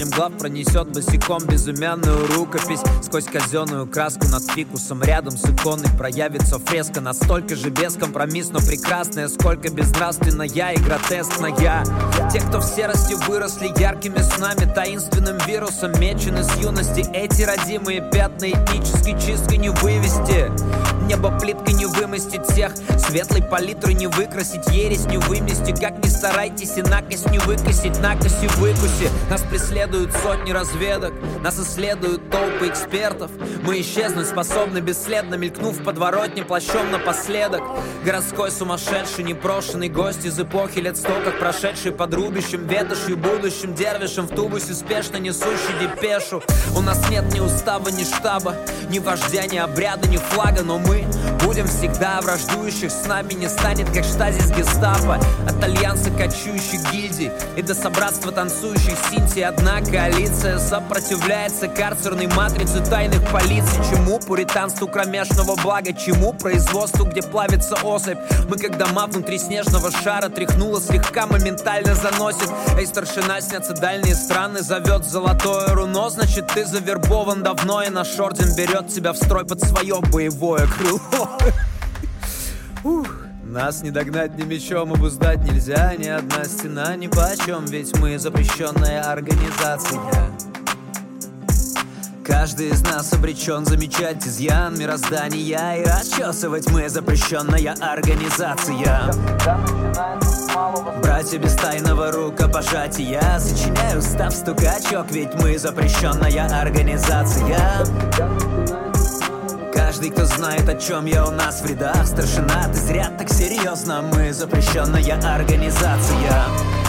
стремглав пронесет босиком безымянную рукопись. Сквозь казенную краску над фикусом рядом с иконой проявится фреска, настолько же бескомпромиссно прекрасная, сколько безнравственная и гротескная. Те, кто в серости выросли яркими снами, таинственным вирусом мечены с юности. Эти родимые пятна этнической чисткой не вывести, небо плиткой не вымостить всех, светлой палитрой не выкрасить, ересь не вымести. Как ни старайтесь, и накось не выкосить, накоси выкуси. Нас преследуют сотни разведок, нас исследуют толпы экспертов. Мы исчезнуть способны бесследно, мелькнув в подворотне плащом напоследок. Городской сумасшедший, непрошенный гость из эпохи лет сто, как прошедший под рубящим ветошью будущим дервишем в тубусе спешно несущий депешу. У нас нет ни устава, ни штаба, ни вождя, ни обряда, ни флага, но мы будем всегда враждующих с нами не станет, как штазис гестапо. От альянса кочующих гильдий и до собратства танцующих синтий одна коалиция сопротивляется карцерной матрице тайных полиций. Чему пуританству кромешного блага, чему производству, где плавится особь? Мы как дома внутри снежного шара, тряхнуло слегка, моментально заносит. Эй, старшина, снятся дальние страны, зовет золотое руно, значит ты завербован давно, и наш орден берет тебя в строй под свое боевое крыло. Ух. Нас не догнать ни мечом, обуздать нельзя, ни одна стена ни почем, ведь мы запрещенная организация. Каждый из нас обречен замечать изъян мироздания и расчесывать мы запрещенная организация. Братья без тайного рукопожатия, сочиняю устав стукачок, ведь мы запрещенная организация. Каждый, кто знает, о чем я, у нас в рядах. Старшина, ты зря так серьезно, мы запрещенная организация.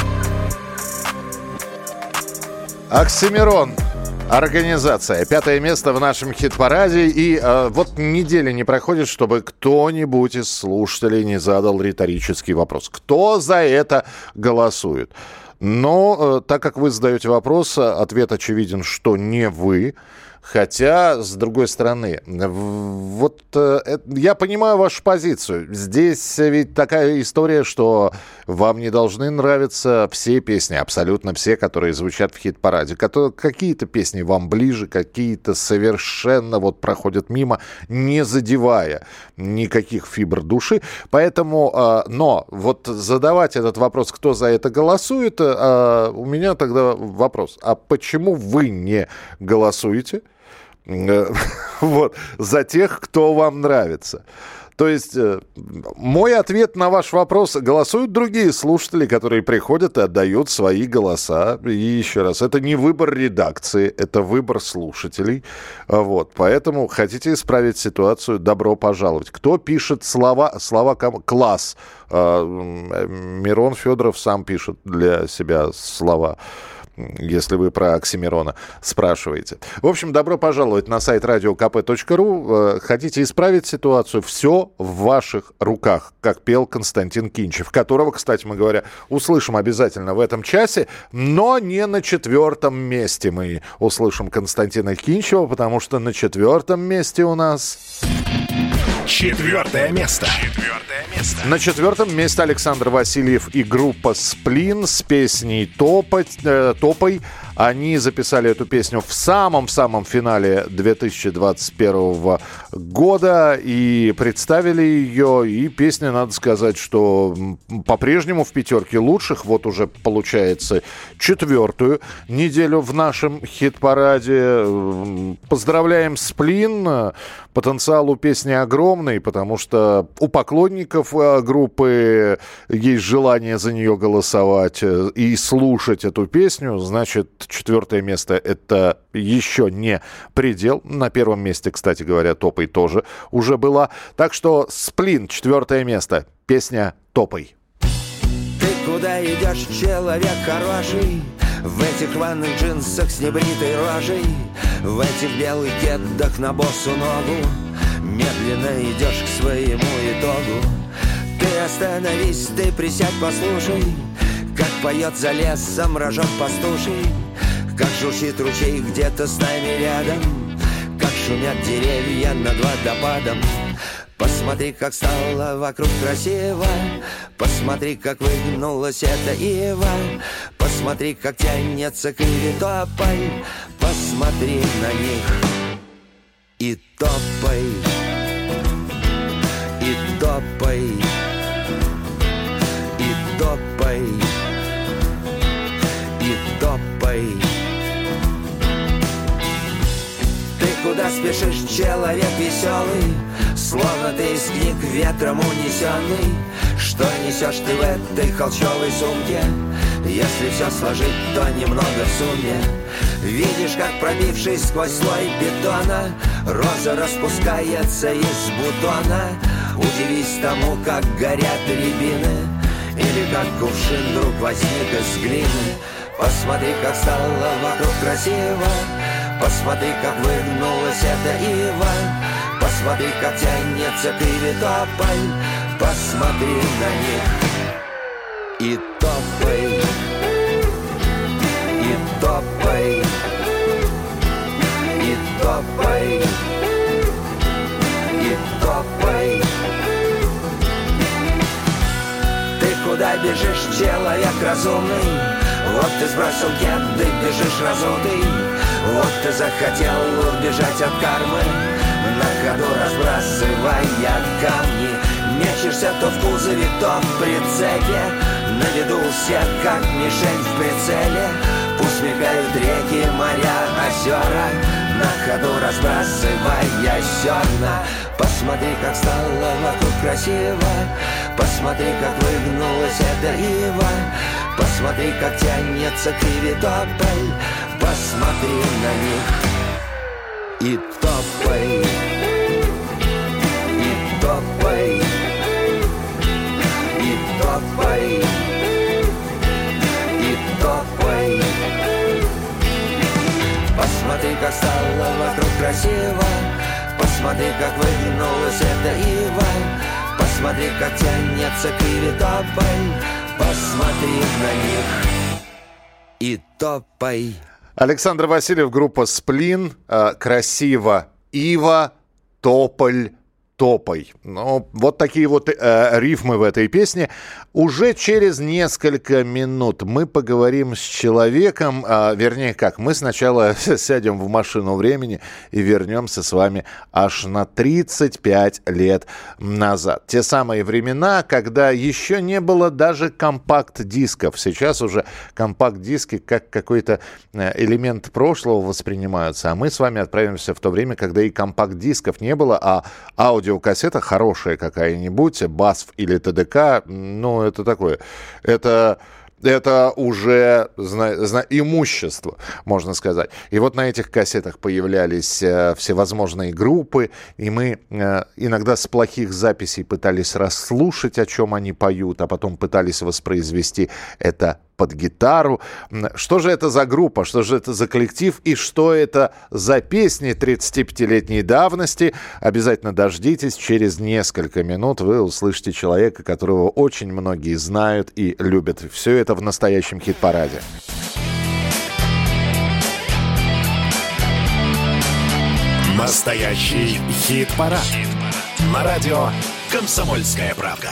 Оксимирон. Организация. Пятое место в нашем хит-параде. И э, вот недели не проходит, чтобы кто-нибудь из слушателей не задал риторический вопрос. Кто за это голосует? Но э, так как вы задаете вопрос, ответ очевиден, что не вы. Хотя, с другой стороны, вот э, я понимаю вашу позицию. Здесь ведь такая история, что вам не должны нравиться все песни, абсолютно все, которые звучат в хит-параде. Какие-то песни вам ближе, какие-то совершенно вот проходят мимо, не задевая никаких фибр души. Поэтому, э, но вот задавать этот вопрос, кто за это голосует, э, у меня тогда вопрос. А почему вы не голосуете? Вот, за тех, кто вам нравится. То есть мой ответ на ваш вопрос: голосуют другие слушатели, которые приходят и отдают свои голоса. И еще раз, это не выбор редакции, это выбор слушателей. Вот, поэтому хотите исправить ситуацию, добро пожаловать. Кто пишет слова, слова класс? Мирон Федоров сам пишет для себя слова, если вы про Оксимирона спрашиваете. В общем, добро пожаловать на сайт радио ка пэ точка ру. Хотите исправить ситуацию? Все в ваших руках, как пел Константин Кинчев, которого, кстати говоря, услышим обязательно в этом часе, но не на четвертом месте мы услышим Константина Кинчева, потому что на четвертом месте у нас... Четвертое место. Четвертое место. На четвертом месте Александр Васильев и группа «Сплин» с песней «Топать», э, «Топай». Они записали эту песню в самом-самом финале две тысячи двадцать первого года и представили ее. И песня, надо сказать, что по-прежнему в пятерке лучших. Вот уже получается четвертую неделю в нашем хит-параде. Поздравляем «Сплин». Потенциал у песни огромный, потому что у поклонников группы есть желание за нее голосовать и слушать эту песню. Значит, четвертое место — это еще не предел. На первом месте, кстати говоря, «Топай» тоже уже была. Так что «Сплин», четвертое место. Песня «Топай». Ты куда идешь, человек хороший? В этих рваных джинсах с небритой рожей, в этих белых кедах на босу ногу, медленно идешь к своему итогу. Ты остановись, ты присядь, послушай, как поет за лесом рожок пастуший, как журчит ручей где-то с нами рядом, как шумят деревья над водопадом. Посмотри, как стало вокруг красиво, посмотри, как выгнулась эта ива, посмотри, Посмотри, как тянется к Иве тополь, посмотри на них и топай, и топай, и топай, и топай. Ты куда спешишь, человек веселый, словно ты из книг ветром унесенный? Что несешь ты в этой холщовой сумке? Если все сложить, то немного в сумме. Видишь, как пробившись сквозь слой бетона, роза распускается из бутона. Удивись тому, как горят рябины, или как кувшин вдруг возник из глины. Посмотри, как стало вокруг красиво, посмотри, как выгнулась эта ива, посмотри, как тянется к Иве тополь, посмотри на них и топай, и топай, и топай, и топай. Ты куда бежишь, человек разумный? Вот ты сбросил кеды, бежишь разутый. Вот ты захотел убежать от кармы, на ходу разбрасывая камни. Мечешься то в кузове, то в прицепе, на виду у всех, как мишень в прицеле. Пусть мигают реки, моря, озера, на ходу разбрасывая зерна. Посмотри, как стало вокруг красиво, посмотри, как выгнулась эта ива, посмотри, как тянется к Иве тополь, посмотри на них и топай, и топай, и топай, и топай. Посмотри, как стало вокруг красиво, посмотри, как выгнулась эта ива, посмотри, как тянется к Иве тополь, посмотри на них и топай. Александр Васильев, группа «Сплин», «Красиво», «Ива», «Тополь», «Топай». Ну, вот такие вот э, рифмы в этой песне. Уже через несколько минут мы поговорим с человеком, э, вернее как, мы сначала сядем в машину времени и вернемся с вами аж на тридцать пять лет назад. Те самые времена, когда еще не было даже компакт-дисков. Сейчас уже компакт-диски как какой-то элемент прошлого воспринимаются, а мы с вами отправимся в то время, когда и компакт-дисков не было, а аудио аудиокассета хорошая какая-нибудь, БАСФ или ТДК, ну, это такое, это... Это уже зна- зна- имущество, можно сказать. И вот на этих кассетах появлялись э, всевозможные группы, и мы э, иногда с плохих записей пытались расслушать, о чем они поют, а потом пытались воспроизвести это под гитару. Что же это за группа, что же это за коллектив и что это за песни тридцатипятилетней давности? Обязательно дождитесь, через несколько минут вы услышите человека, которого очень многие знают и любят. Все это в настоящем хит-параде. Настоящий хит-парад. Хит-парад. На радио «Комсомольская правда».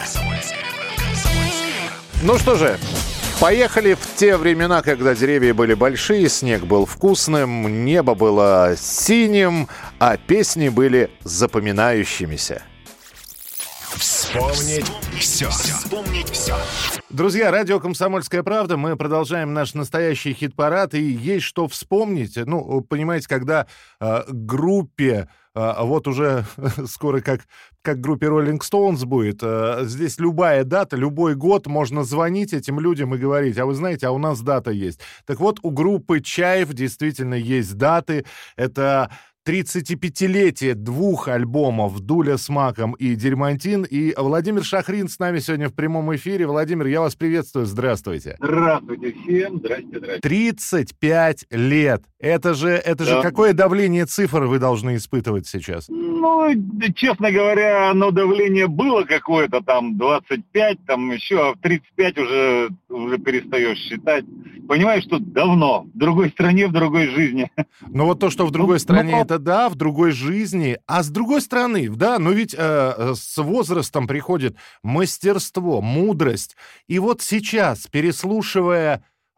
Ну что же, поехали в те времена, когда деревья были большие, снег был вкусным, небо было синим, а песни были запоминающимися. Вспомнить все. Вспомнить все. Друзья, радио «Комсомольская правда». Мы продолжаем наш настоящий хит-парад. И есть что вспомнить. Ну, понимаете, когда э, группе, э, вот уже скоро как, как группе Rolling Stones будет, э, здесь любая дата, любой год можно звонить этим людям и говорить: а вы знаете, а у нас дата есть. Так вот, у группы «Чайф» действительно есть даты. Это тридцатипятилетие двух альбомов «Дуля с маком» и «Дерьмантин». И Владимир Шахрин с нами сегодня в прямом эфире. Владимир, я вас приветствую. Здравствуйте. Здравствуйте всем. Здрасте, здрасте. тридцать пять лет. Это же, это да. же какое давление цифр вы должны испытывать сейчас? Ну, честно говоря, оно давление было какое-то, там, двадцать пять, там еще, а в тридцать пять уже, уже перестаешь считать. Понимаешь, что давно. В другой стране, в другой жизни. Ну вот то, что в другой ну, стране, ну, это да, в другой жизни. А с другой стороны, да, но ведь э, с возрастом приходит мастерство, мудрость. И вот сейчас, переслушивая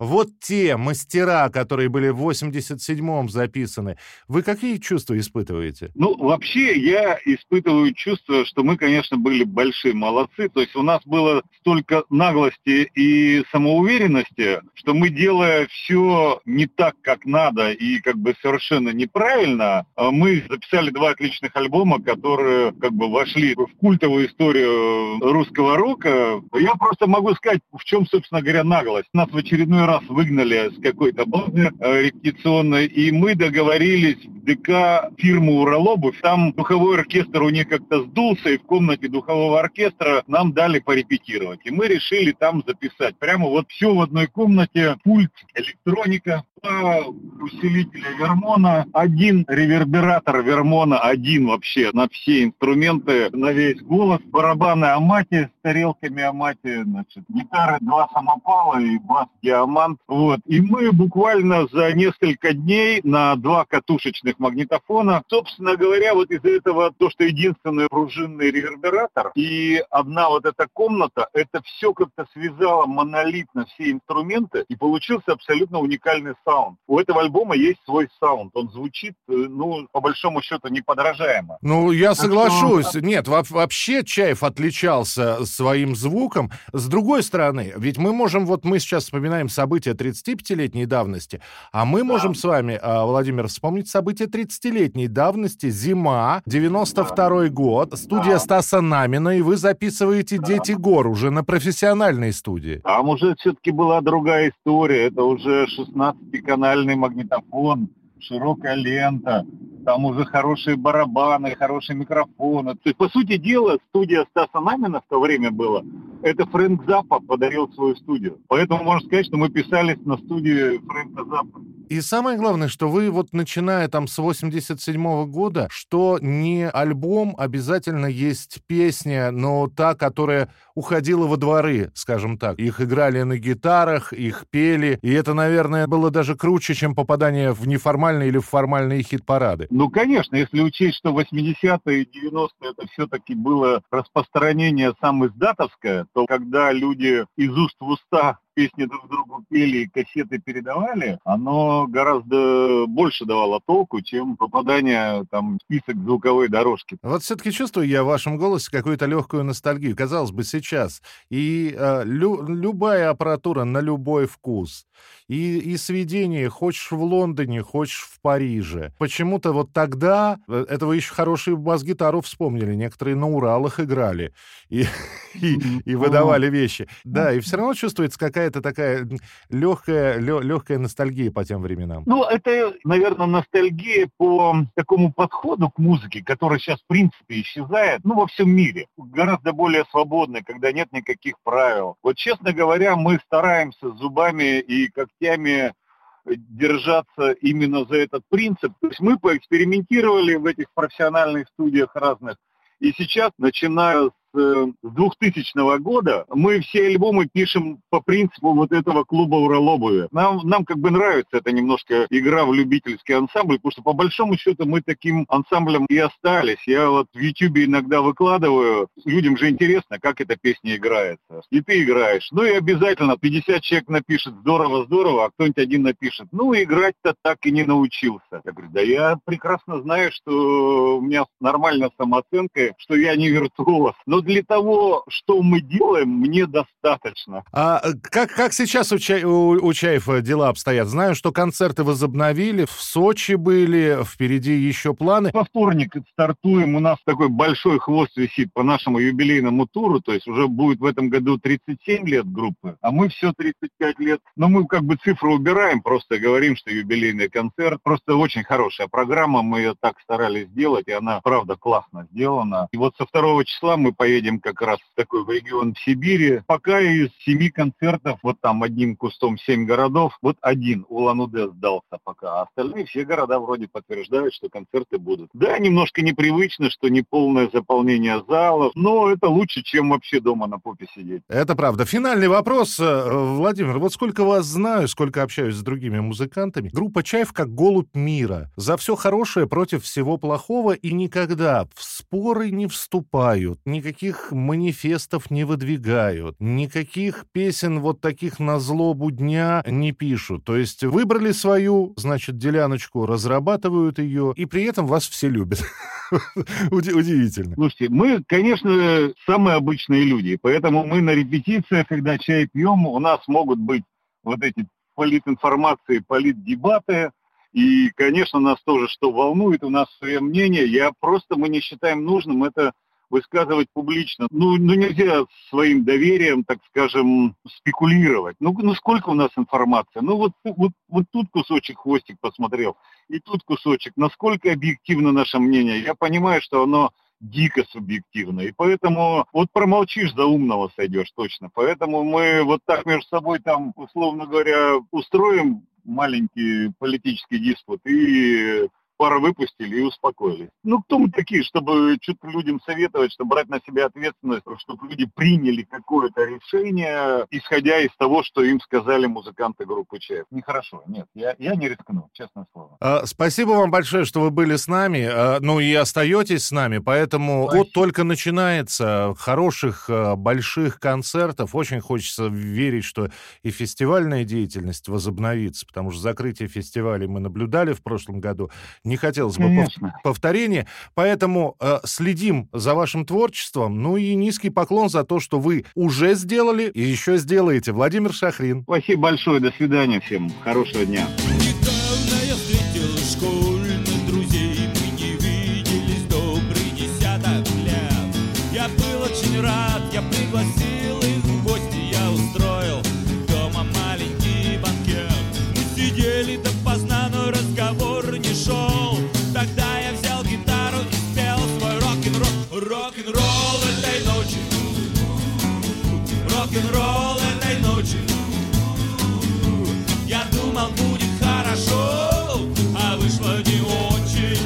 вот те мастера, которые были в восемьдесят седьмом записаны, вы какие чувства испытываете? Ну, вообще, я испытываю чувство, что мы, конечно, были большие молодцы. То есть у нас было столько наглости и самоуверенности, что мы, делая все не так, как надо, и как бы совершенно неправильно, мы записали два отличных альбома, которые как бы вошли в культовую историю русского рока. Я просто могу сказать, в чем, собственно говоря, наглость. Нас в очередной раз выгнали с какой-то базы э, репетиционной, и мы договорились в ДК фирмы «Уралобувь». Там духовой оркестр у них как-то сдулся, и в комнате духового оркестра нам дали порепетировать. И мы решили там записать. Прямо вот все в одной комнате. Пульт, электроника, два усилителя Вермона, один ревербератор Вермона, один вообще на все инструменты, на весь голос, барабаны Амати с тарелками Амати, значит, гитары, два самопала и бас Диамант. Вот. И мы буквально за несколько дней на два катушечных магнитофона, собственно говоря, вот из-за этого то, что единственный пружинный ревербератор и одна вот эта комната, это все как-то связало монолитно все инструменты, и получился абсолютно уникальный саунд. У этого альбома есть свой саунд, он звучит, ну, по большому счету, неподражаемо. Ну, я соглашусь. Нет, вообще Чайф отличался своим звуком. С другой стороны, ведь мы можем, вот мы сейчас вспоминаем события тридцатипятилетней давности, а мы можем да. с вами, Владимир, вспомнить события тридцатилетней давности. Зима, девяносто второй да. год, студия да. Стаса Намина, и вы записываете да. «Дети гор» уже на профессиональной студии. Там уже все-таки была другая история. Это уже шестнадцатиканальный магнитофон, широкая лента, там уже хорошие барабаны, хорошие микрофоны. То есть, по сути дела, студия Стаса Намина в то время была, это Фрэнк Заппа подарил свою студию. Поэтому можно сказать, что мы писались на студии Фрэнка Заппа. И самое главное, что вы вот начиная там с восемьдесят седьмого года, что не альбом, обязательно есть песня, но та, которая уходила во дворы, скажем так. Их играли на гитарах, их пели, и это, наверное, было даже круче, чем попадание в неформальные или в формальные хит-парады. Ну, конечно, если учесть, что восьмидесятые и девяностые это все-таки было распространение самоиздатовское, то когда люди из уст в уста песни друг другу пели и кассеты передавали, оно гораздо больше давало толку, чем попадание там, в список звуковой дорожки. Вот все-таки чувствую я в вашем голосе какую-то легкую ностальгию. Казалось бы, сейчас. И э, лю- любая аппаратура на любой вкус. И, и сведение, хочешь в Лондоне, хочешь в Париже. Почему-то вот тогда, это вы еще хорошие бас-гитару вспомнили, некоторые на Уралах играли и, и, и выдавали вещи. Да, и все равно чувствуется какая-то такая легкая, легкая ностальгия по тем временам. Ну, это, наверное, ностальгия по такому подходу к музыке, который сейчас, в принципе, исчезает, ну, во всем мире. Гораздо более свободный, когда нет никаких правил. Вот, честно говоря, мы стараемся зубами и когтями держаться именно за этот принцип. То есть мы поэкспериментировали в этих профессиональных студиях разных, и сейчас, начиная с двухтысячного года, мы все альбомы пишем по принципу вот этого клуба «Уралобувь». Нам, нам как бы нравится эта немножко игра в любительский ансамбль, потому что по большому счету мы таким ансамблем и остались. Я вот в Ютьюбе иногда выкладываю, людям же интересно, как эта песня играется. И ты играешь. Ну и обязательно пятьдесят человек напишет «здорово, здорово», а кто-нибудь один напишет «ну, играть-то так и не научился». Я говорю, да я прекрасно знаю, что у меня нормальная самооценка, что я не виртуоз. Но для того, что мы делаем, мне достаточно. А как, как сейчас у, Чай, у, у Чайфа дела обстоят? Знаю, что концерты возобновили, в Сочи были, впереди еще планы. Во вторник стартуем, у нас такой большой хвост висит по нашему юбилейному туру, то есть уже будет в этом году тридцать семь лет группы, а мы все тридцать пять лет. Но мы как бы цифру убираем, просто говорим, что юбилейный концерт. Просто очень хорошая программа, мы ее так старались сделать, и она, правда, классно сделана. И вот со второго числа мы поедем Едем как раз в такой регион в Сибири. Пока из семи концертов, вот там одним кустом семь городов, вот один Улан-Удэ сдался пока, а остальные все города вроде подтверждают, что концерты будут. Да, немножко непривычно, что не полное заполнение залов, но это лучше, чем вообще дома на попе сидеть. Это правда. Финальный вопрос, Владимир. Вот сколько вас знаю, сколько общаюсь с другими музыкантами. Группа «Чайф» как голубь мира. За все хорошее против всего плохого и никогда в споры не вступают. Никакие никаких манифестов не выдвигают, никаких песен вот таких на злобу дня не пишут. То есть выбрали свою, значит, деляночку, разрабатывают ее, и при этом вас все любят. Удивительно. Слушайте, мы, конечно, самые обычные люди, поэтому мы на репетициях, когда чай пьем, у нас могут быть вот эти политинформации, политдебаты, и, конечно, нас тоже что волнует, у нас свое мнение, я просто, мы не считаем нужным это высказывать публично. Ну, ну нельзя своим доверием, так скажем, спекулировать. Ну, ну сколько у нас информации? Ну вот, вот, вот тут кусочек, хвостик посмотрел, и тут кусочек. Насколько объективно наше мнение? Я понимаю, что оно дико субъективно, и поэтому вот промолчишь, за умного сойдешь точно. Поэтому мы вот так между собой там, условно говоря, устроим маленький политический диспут и пара выпустили и успокоились. Ну, кто мы такие, чтобы что-то людям советовать, чтобы брать на себя ответственность, чтобы люди приняли какое-то решение, исходя из того, что им сказали музыканты группы «Чайф». Нехорошо, нет, я, я не рискну, честное слово. А, спасибо вам большое, что вы были с нами, а, ну и остаетесь с нами, поэтому Спасибо. год только начинается, хороших, больших концертов, очень хочется верить, что и фестивальная деятельность возобновится, потому что закрытие фестивалей мы наблюдали в прошлом году. Не хотелось бы пов- повторения, поэтому э, следим за вашим творчеством. Ну и низкий поклон за то, что вы уже сделали и еще сделаете. Владимир Шахрин. Спасибо большое, до свидания всем, хорошего дня. Недавно я встретил школьных друзей, мы не виделись добрый десяток лет. Я был очень рад, я пригласил их в гости, я устроил дома маленький банкет. Мы сидели допоздна, но разговор не шел. Тогда я взял гитару и спел свой рок-н-ролл. Рок-н-ролл этой ночи, рок-н-ролл этой ночи. Я думал, будет хорошо, а вышло не очень.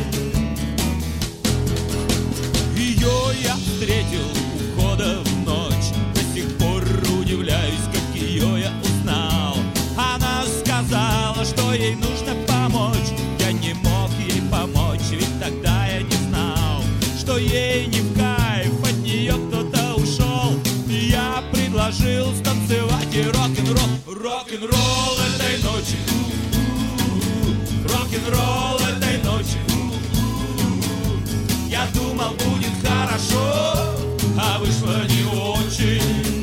Ее я встретил у входа в ночь. До сих пор удивляюсь, как ее я узнал. Она сказала, что ей нужно помочь. Я не мог ей помочь, ведь тогда я не знал, что ей не в кайф, от нее кто-то ушел. И я предложил станцевать и рок-н-ролл, рок-н-ролл этой ночи, рок-н-ролл этой ночи. Я думал, будет хорошо, а вышло не очень.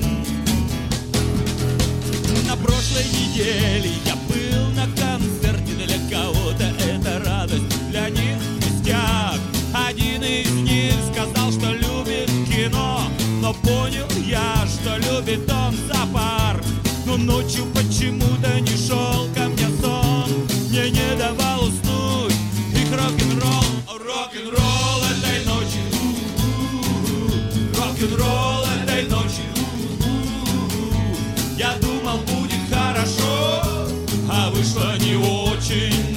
На прошлой неделе я был на концерте, для кого-то это радость, для них пустяк. Один из них сказал, что любит кино, но понял я, что любит он зоопарк. Но ночью почему-то не шел ко мне сон, мне не давал уснуть их рок-н-ролл, рок-н-ролл этой ночи, рок-н-ролл этой ночи. Я думал, будет хорошо, а вышло не очень.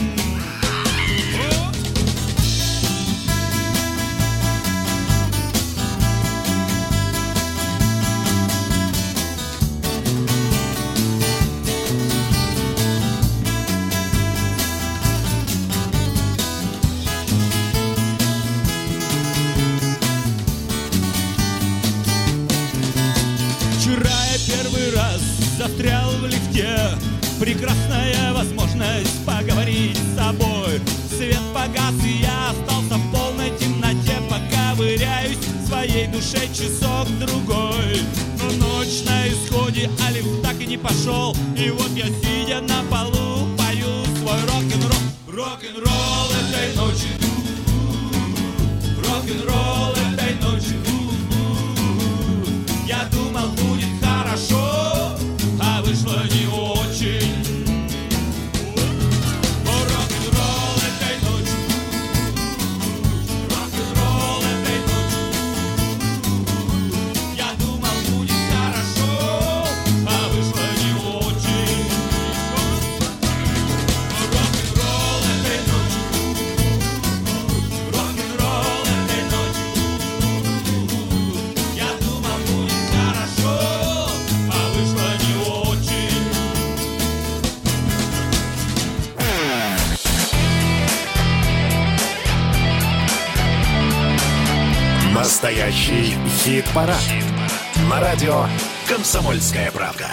Вчера я первый раз застрял в лифте. Прекрасная возможность поговорить с собой. Свет погас, и я остался в полной темноте. Пока ковыряюсь в своей душе часок-другой. Но ночь на исходе, а лифт так и не пошел. И вот я, сидя на полу, пою свой рок-н-ролл, рок-н-ролл этой ночи, рок-н-ролл этой ночи. Я думал, будет хорошо, а вышло не очень. Рок-н-ролл этой ночи, рок-н-ролл этой ночи. Я думал, будет хорошо, а вышло не очень. Рок-н-ролл этой ночи, рок-н-ролл этой ночи. Настоящий хит-парад. На радио «Комсомольская правда».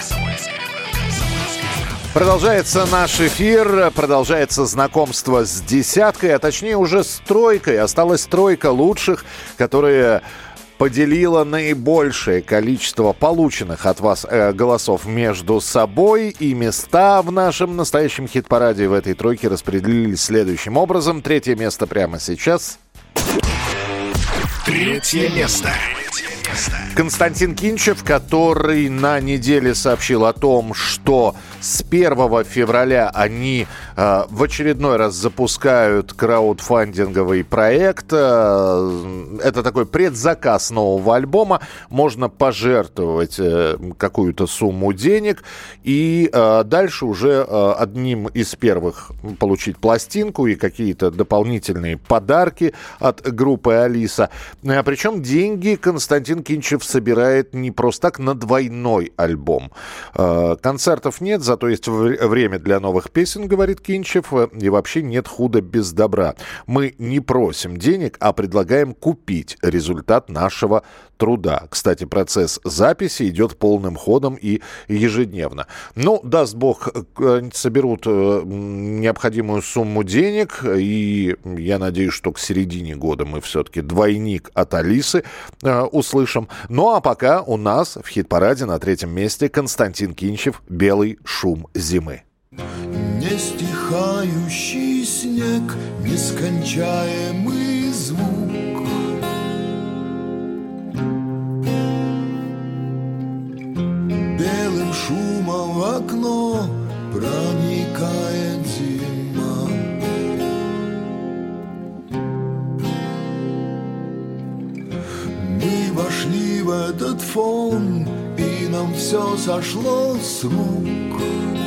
Продолжается наш эфир, продолжается знакомство с десяткой, а точнее уже с тройкой. Осталась тройка лучших, которые поделила наибольшее количество полученных от вас э, голосов между собой. И места в нашем настоящем хит-параде в этой тройке распределились следующим образом. Третье место прямо сейчас. Третье место. Константин Кинчев, который на неделе сообщил о том, что с первого февраля они э, в очередной раз запускают краудфандинговый проект. Э, это такой предзаказ нового альбома. Можно пожертвовать э, какую-то сумму денег и э, дальше уже э, одним из первых получить пластинку и какие-то дополнительные подарки от группы «Алиса». Э, причем деньги Константин Кинчев собирает не просто так на двойной альбом. Э, концертов нет, зато есть время для новых песен, говорит Кинчев, и вообще нет худа без добра. Мы не просим денег, а предлагаем купить результат нашего труда. Кстати, процесс записи идет полным ходом и ежедневно. Ну, даст бог, соберут необходимую сумму денег, и я надеюсь, что к середине года мы все-таки двойник от Алисы э, услышим. Ну, а пока у нас в хит-параде на третьем месте Константин Кинчев «Белый шум зимы». Не стихающий снег, нескончаемый звук. Белым шумом в окно проникает зима. Мы вошли в этот фон, и нам все сошло с рук.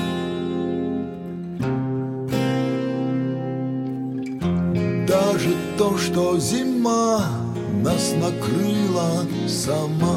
Даже то, что зима нас накрыла сама.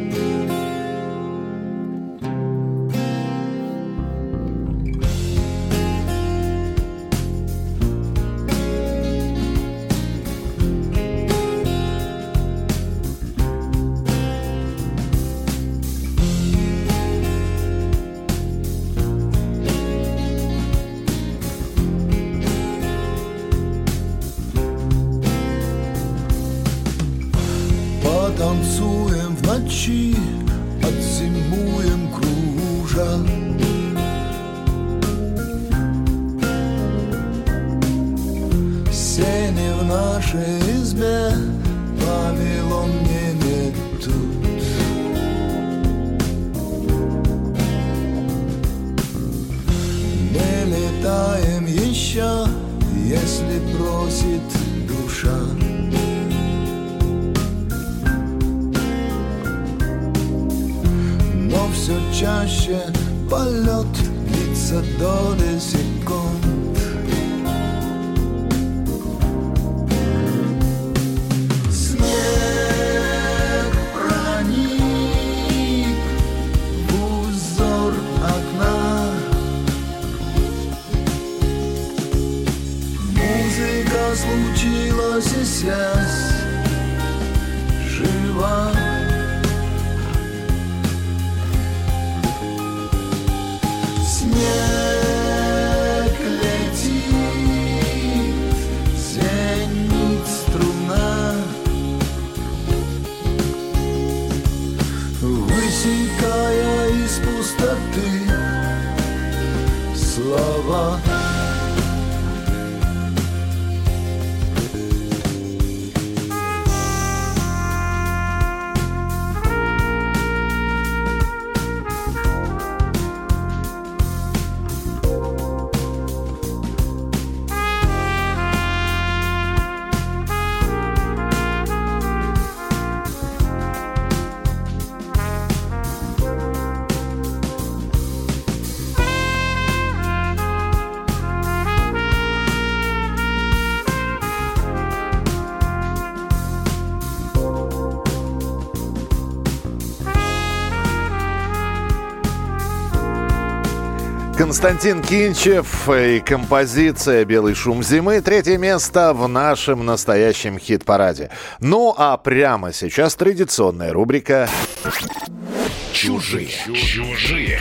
Танцуем в ночи, отзимуем кружа. Сени в нашей избе, Вавилон не метут. Не летаем еще, если просит душа. Все чаще полет длится доли секунд. Снег проник в узор окна. Музыка случилась и сейчас жива. Снег летит, звенит струна, высекая из пустоты слова. Константин Кинчев и композиция «Белый шум зимы». Третье место в нашем настоящем хит-параде. Ну а прямо сейчас традиционная рубрика «Чужие». Чужие.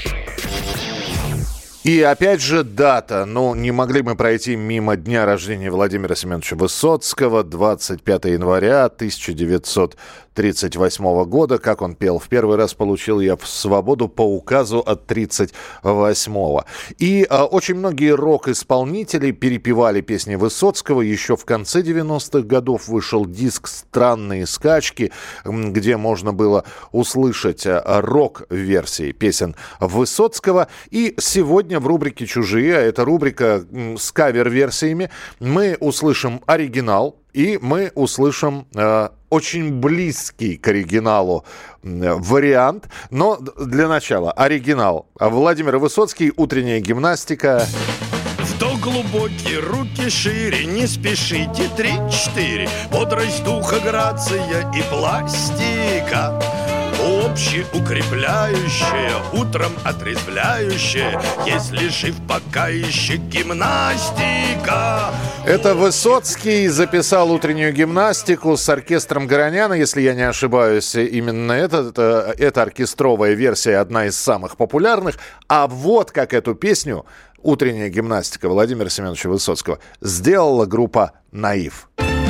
И опять же дата. Ну, не могли мы пройти мимо дня рождения Владимира Семеновича Высоцкого, двадцать пятого января тысяча девятьсот тридцать восьмого года. Как он пел: «В первый раз получил я свободу по указу от тридцать восьмого». И а, очень многие рок-исполнители перепевали песни Высоцкого. Еще в конце девяностых годов вышел диск «Странные скачки», где можно было услышать рок-версии песен Высоцкого. И сегодня в рубрике «Чужие», а это рубрика с кавер-версиями, мы услышим оригинал и мы услышим э, очень близкий к оригиналу э, вариант. Но для начала оригинал. Владимир Высоцкий, «Утренняя гимнастика». Вдох глубокий, руки шире, не спешите, три-четыре. Бодрость духа, грация и пластика. Общеукрепляющая, утром отрезвляющая, если жив, пока еще гимнастика. Это Высоцкий записал «Утреннюю гимнастику» с оркестром Гороняна, если я не ошибаюсь. Именно это, это, это оркестровая версия, одна из самых популярных. А вот как эту песню «Утренняя гимнастика» Владимира Семеновича Высоцкого сделала группа «Наив».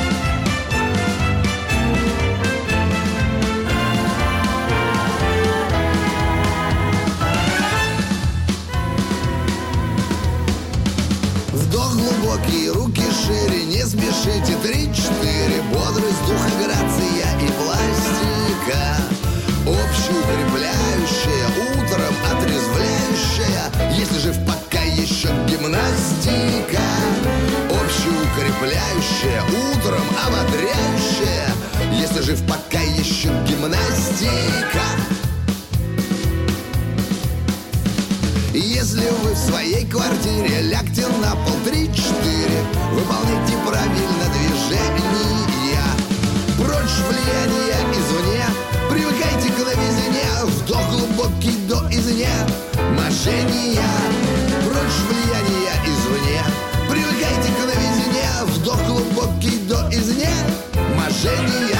Руки шире, не спешите, три-четыре. Бодрость духа, грация и пластика. Общеукрепляющая, утром отрезвляющая, если жив, пока еще гимнастика. Общеукрепляющая, утром ободряющая, если жив, пока еще гимнастика. Если вы в своей квартире, лягте на пол, три-четыре. Выполняйте правильно движения. Прочь влияния извне, привыкайте к новизне. Вдох глубокий до изне, мошенния. Прочь влияния извне, привыкайте к новизне. Вдох глубокий до изне, мошенния.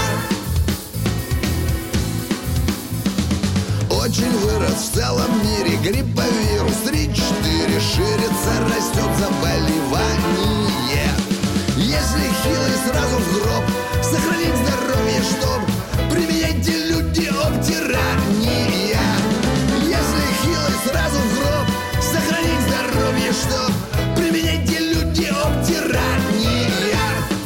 Очень вырос в целом мире грипповирус. Три-четыре ширится, растет заболевание. Если хилый, сразу в гроб. Сохранить здоровье, чтоб применяйте люди обтирания. Если хилый, сразу в гроб. Сохранить здоровье, чтоб применяйте люди обтирания.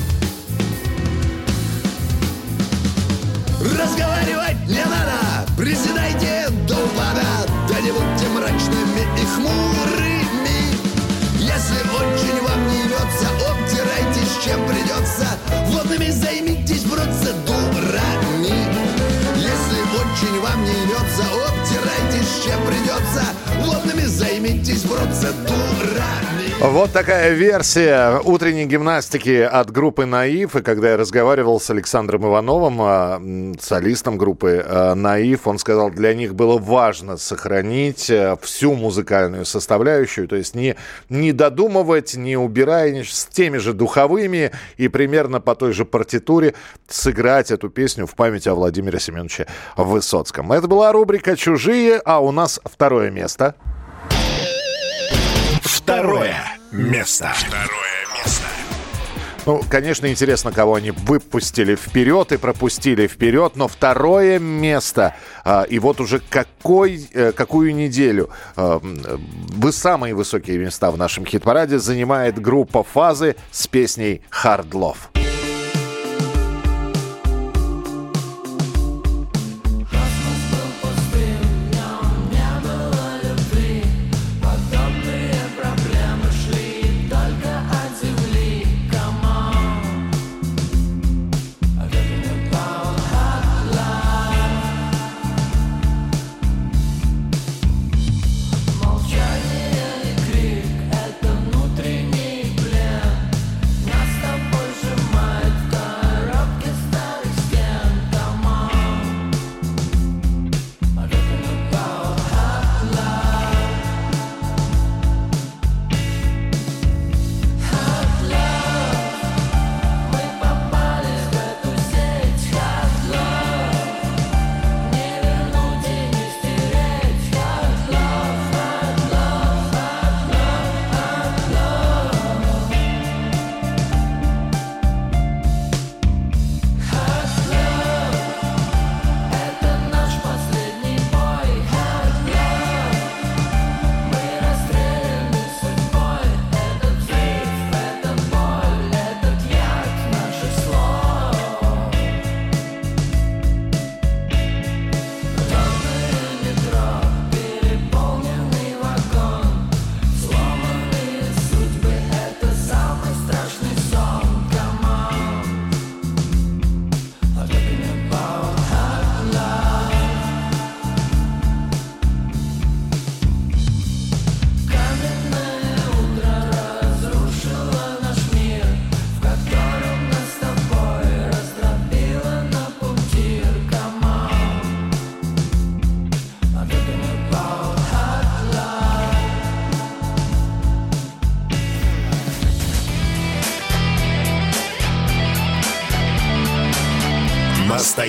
Разговаривать не надо, приседайте до упада, да не будьте мрачными и хмурыми. Если очень вам не имется, обтирайтесь, чем придется. Водными займитесь процедурами. Если очень вам не имется, обтирайтесь, чем придется. Водными займитесь процедурами. Вот такая версия «Утренней гимнастики» от группы «Наив». И когда я разговаривал с Александром Ивановым, солистом группы «Наив», он сказал, для них было важно сохранить всю музыкальную составляющую, то есть не, не додумывать, не убирая, с теми же духовыми и примерно по той же партитуре сыграть эту песню в память о Владимире Семеновиче Высоцком. Это была рубрика «Чужие», а у нас второе место. Второе место. Второе место. Ну, конечно, интересно, кого они выпустили вперед и пропустили вперед, но второе место, а, и вот уже какой, какую неделю а, вы самые высокие места в нашем хит-параде занимает группа «Фазы» с песней «Hard Love». Молчание или крик — это внутренний плен. Нас с тобой сжимает.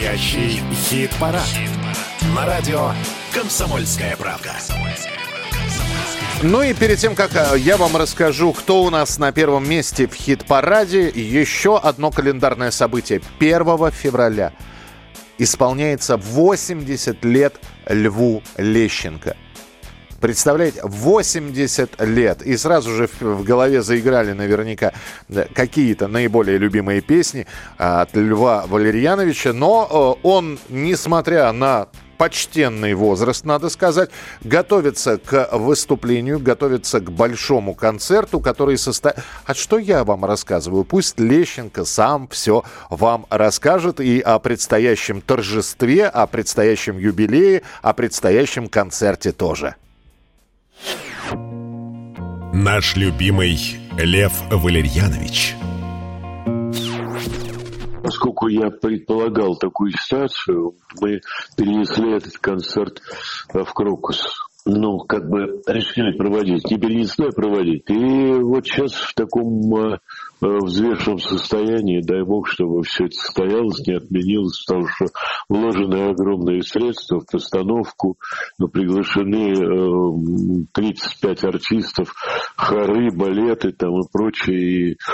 Настоящий хит-парад. На радио «Комсомольская правда». Ну и перед тем, как я вам расскажу, кто у нас на первом месте в хит-параде, еще одно календарное событие. первого февраля исполняется восемьдесят лет Льву Лещенко. Представляете, восемьдесят лет. И сразу же в голове заиграли наверняка какие-то наиболее любимые песни от Льва Валерьяновича. Но он, несмотря на почтенный возраст, надо сказать, готовится к выступлению, готовится к большому концерту, который состоит... А что я вам рассказываю? Пусть Лещенко сам все вам расскажет и о предстоящем торжестве, о предстоящем юбилее, о предстоящем концерте тоже. Наш любимый Лев Валерьянович. Поскольку я предполагал такую ситуацию, мы перенесли этот концерт в Крокус. Ну, как бы решили проводить. Не перенесли, а проводить. И вот сейчас в таком э, взвешенном состоянии, дай бог, чтобы все это состоялось, не отменилось, потому что вложены огромные средства в постановку, ну, приглашены э, тридцать пять артистов, хоры, балеты там и прочее. И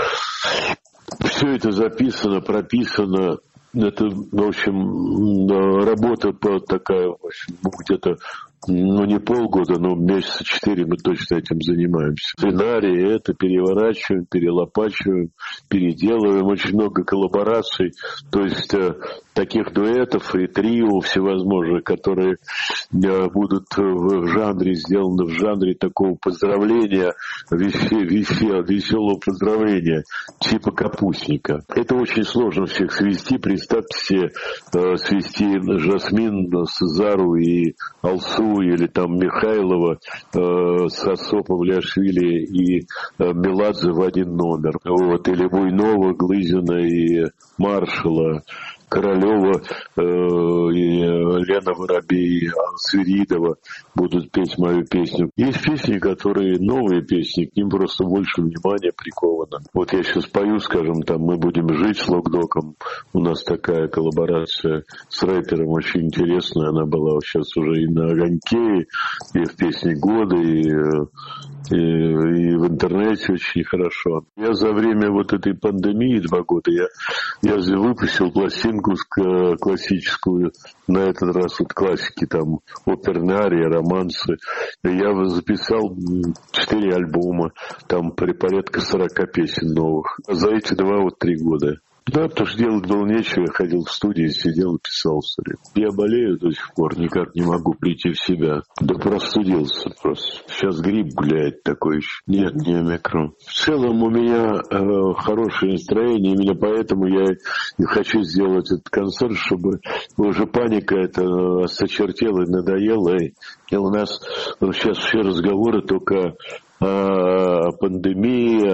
все это записано, прописано. Это, в общем, работа такая, в общем, где-то, ну, не полгода, но месяца четыре мы точно этим занимаемся. Сценарии это переворачиваем, перелопачиваем, переделываем. Очень много коллабораций, то есть э, таких дуэтов и трио всевозможных, которые э, будут в жанре, сделаны в жанре такого поздравления, весел, весел, веселого поздравления, типа капустника. Это очень сложно всех свести. Представьте себе, э, свести Жасмин, Сазару и Алсу, или там Михайлова э, с Осопом, Ляшвили и э, Меладзе в один номер. Вот. Или Буйнова, Глызина и Маршала, Королева, э, и Лена Воробей, Свиридова будут петь мою песню. Есть песни, которые новые песни, к ним просто больше внимания приковано. Вот я сейчас пою, скажем, там «Мы будем жить» с Локдоком. У нас такая коллаборация с рэпером очень интересная. Она была сейчас уже и на «Огоньке», и в «Песне года», и, и, и в интернете очень хорошо. Я за время вот этой пандемии, два года, я, я выпустил пластинку классическую, на этот раз вот классики, там, оперные арии, романсы. Я записал четыре альбома, там порядка сорока песен новых. За эти два, вот три года. Да, потому что делать было нечего, я ходил в студию, сидел и писал все время. Я болею до сих пор, никак не могу прийти в себя. Да простудился просто. Сейчас грипп гуляет такой еще. Нет, не омикрон. В целом у меня э, хорошее настроение, именно поэтому я и хочу сделать этот концерт, чтобы уже паника эта осточертела и надоела. И, и у нас ну, сейчас все разговоры только о пандемии,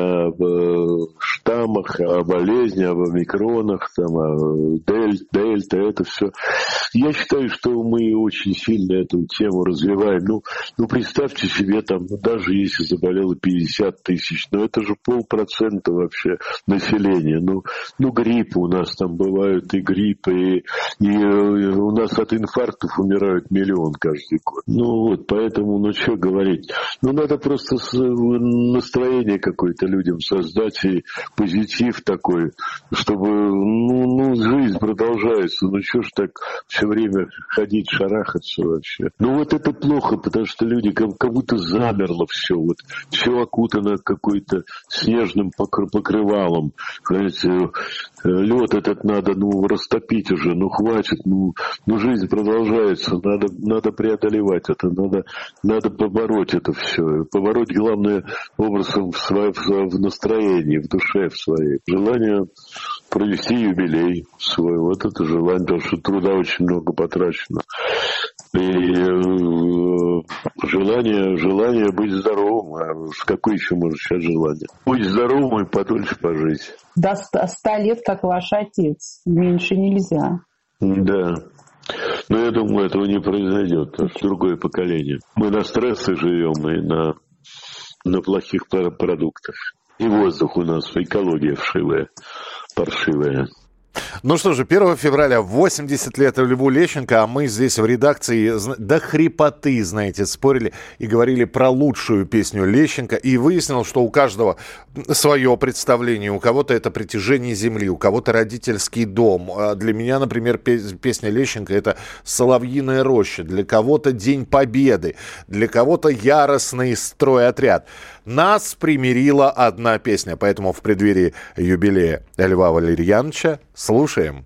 об штаммах, о болезни, об омикронах, там, о дель, дельта, это все. Я считаю, что мы очень сильно эту тему развиваем. Ну, ну представьте себе, там, ну, даже если заболело пятьдесят тысяч, ну это же полпроцента вообще населения. Ну, ну гриппы у нас там бывают, и гриппы, и, и, и у нас от инфарктов умирают миллион каждый год. Ну вот, поэтому, ну что говорить. Ну надо просто настроение какое-то людям создать и позитив такой, чтобы, ну, ну жизнь продолжается, ну что ж так все время ходить, шарахаться вообще. Ну вот это плохо, потому что люди как, как будто замерло все, вот все окутано какой-то снежным покрывалом, знаете, лед этот надо, ну, растопить уже, ну хватит, ну, ну жизнь продолжается, надо, надо преодолевать это, надо, надо побороть это все, побороть главное образом в, своем, в настроении, в душе в своей. Желание провести юбилей свой, вот это желание, потому что труда очень много потрачено. И э, желание, желание быть здоровым, а какое еще может сейчас желание? Быть здоровым и подольше пожить. До ста лет, как ваш отец, меньше нельзя. Да. Но я думаю, этого не произойдет, потому что другое поколение. Мы на стрессе живем и на, на плохих продуктах. И воздух у нас, экология вшивая, паршивая. Ну что же, первого февраля восемьдесят лет Льву Лещенко, а мы здесь в редакции до хрипоты, знаете, спорили и говорили про лучшую песню Лещенко. И выяснилось, что у каждого свое представление. У кого-то это «Притяжение земли», у кого-то «Родительский дом». Для меня, например, песня Лещенко — это «Соловьиная роща». Для кого-то «День Победы». Для кого-то «Яростный стройотряд». Нас примирила одна песня, поэтому в преддверии юбилея Льва Валерьяновича слушаем.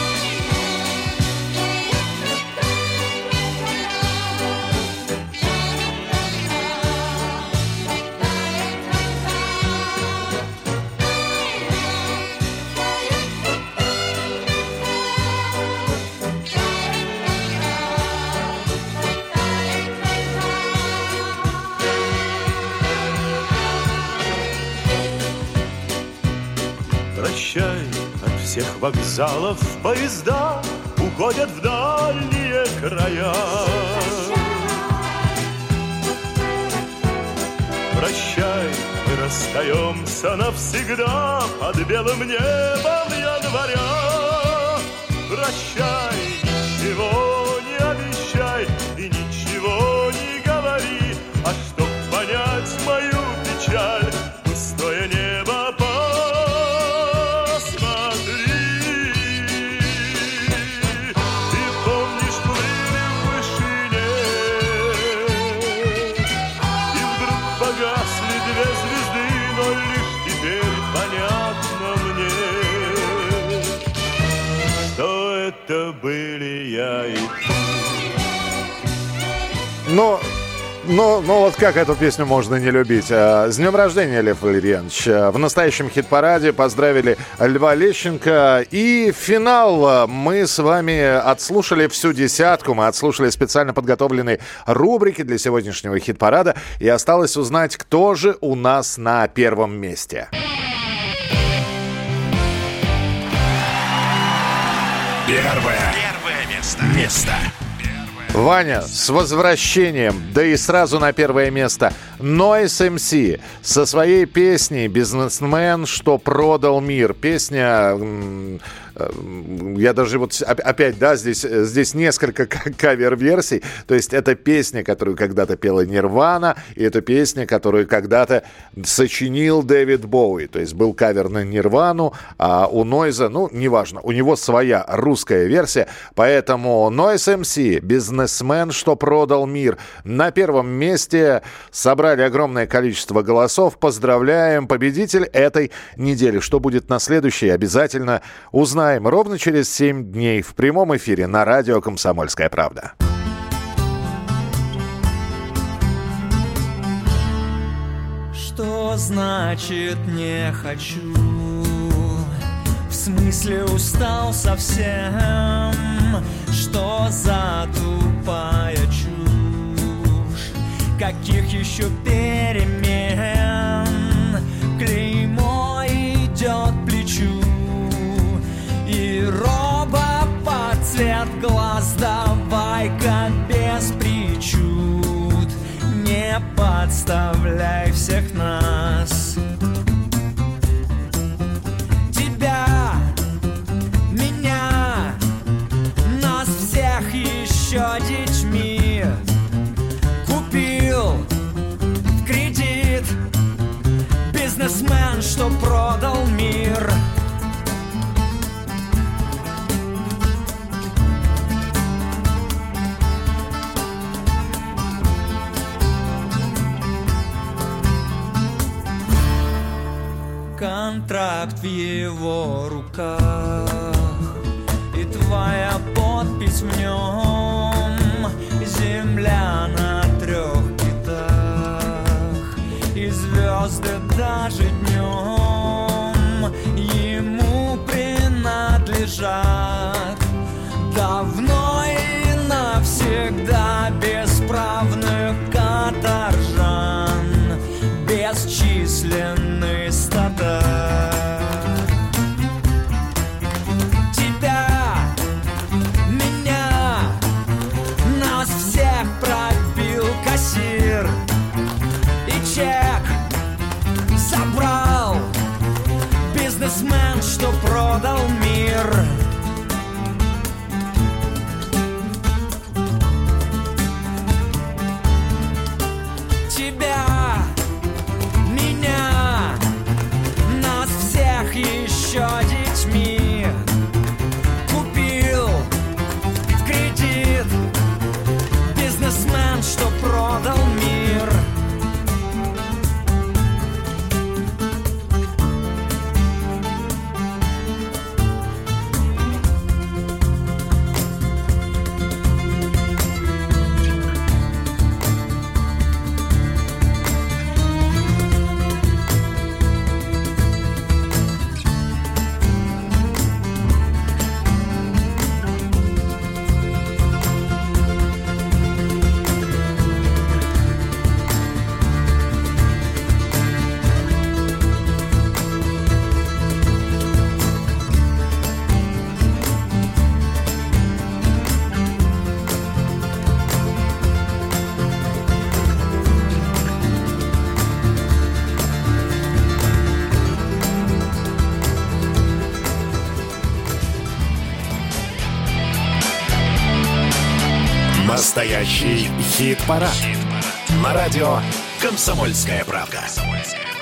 Прощай, от всех вокзалов поезда уходят в дальние края. Прощай, мы расстаемся навсегда под белым небом января. Прощай, ничего не обещай и ничего не говори, а чтоб понять мою печаль, пустое небо это были я и ты. Но, но, но вот как эту песню можно не любить? С днем рождения, Лев Валерьянович. В настоящем хит-параде поздравили Льва Лещенко. И финал. Мы с вами отслушали всю десятку. Мы отслушали специально подготовленные рубрики для сегодняшнего хит-парада. И осталось узнать, кто же у нас на первом месте. Первое. Первое место. Место. Ваня, с возвращением, да и сразу на первое место. Noise эм си со своей песней «Бизнесмен, что продал мир». Песня... Я даже вот опять, да, здесь, здесь несколько кавер-версий. То есть это песня, которую когда-то пела Нирвана, и это песня, которую когда-то сочинил Дэвид Боуи. То есть был кавер на Нирвану, а у Нойза, ну, неважно, у него своя русская версия. Поэтому Noise эм си, «Бизнесмен, что продал мир». На первом месте собрали огромное количество голосов. Поздравляем, победитель этой недели. Что будет на следующей, обязательно узнаем. Ровно через семь дней в прямом эфире на радио «Комсомольская правда». Что значит не хочу? В смысле устал совсем? Что за тупая чушь? Каких еще перемен? Клеймо идет к плечу, и роба под цвет глаз. Давай-ка без причуд, не подставляй всех нас. Тебя, меня, нас всех еще детьми купил в кредит бизнесмен, что продал мир. Контракт в его руках, и твоя подпись в нем. Земля на трех китах, и звезды даже днем ему принадлежат. Давно и навсегда бесправных каторжан, бесчисленные стада. Тебя, меня, нас всех пробил кассир, и чек забрал бизнесмен, что продал мир. Настоящий хит-парад. На радио «Комсомольская правда».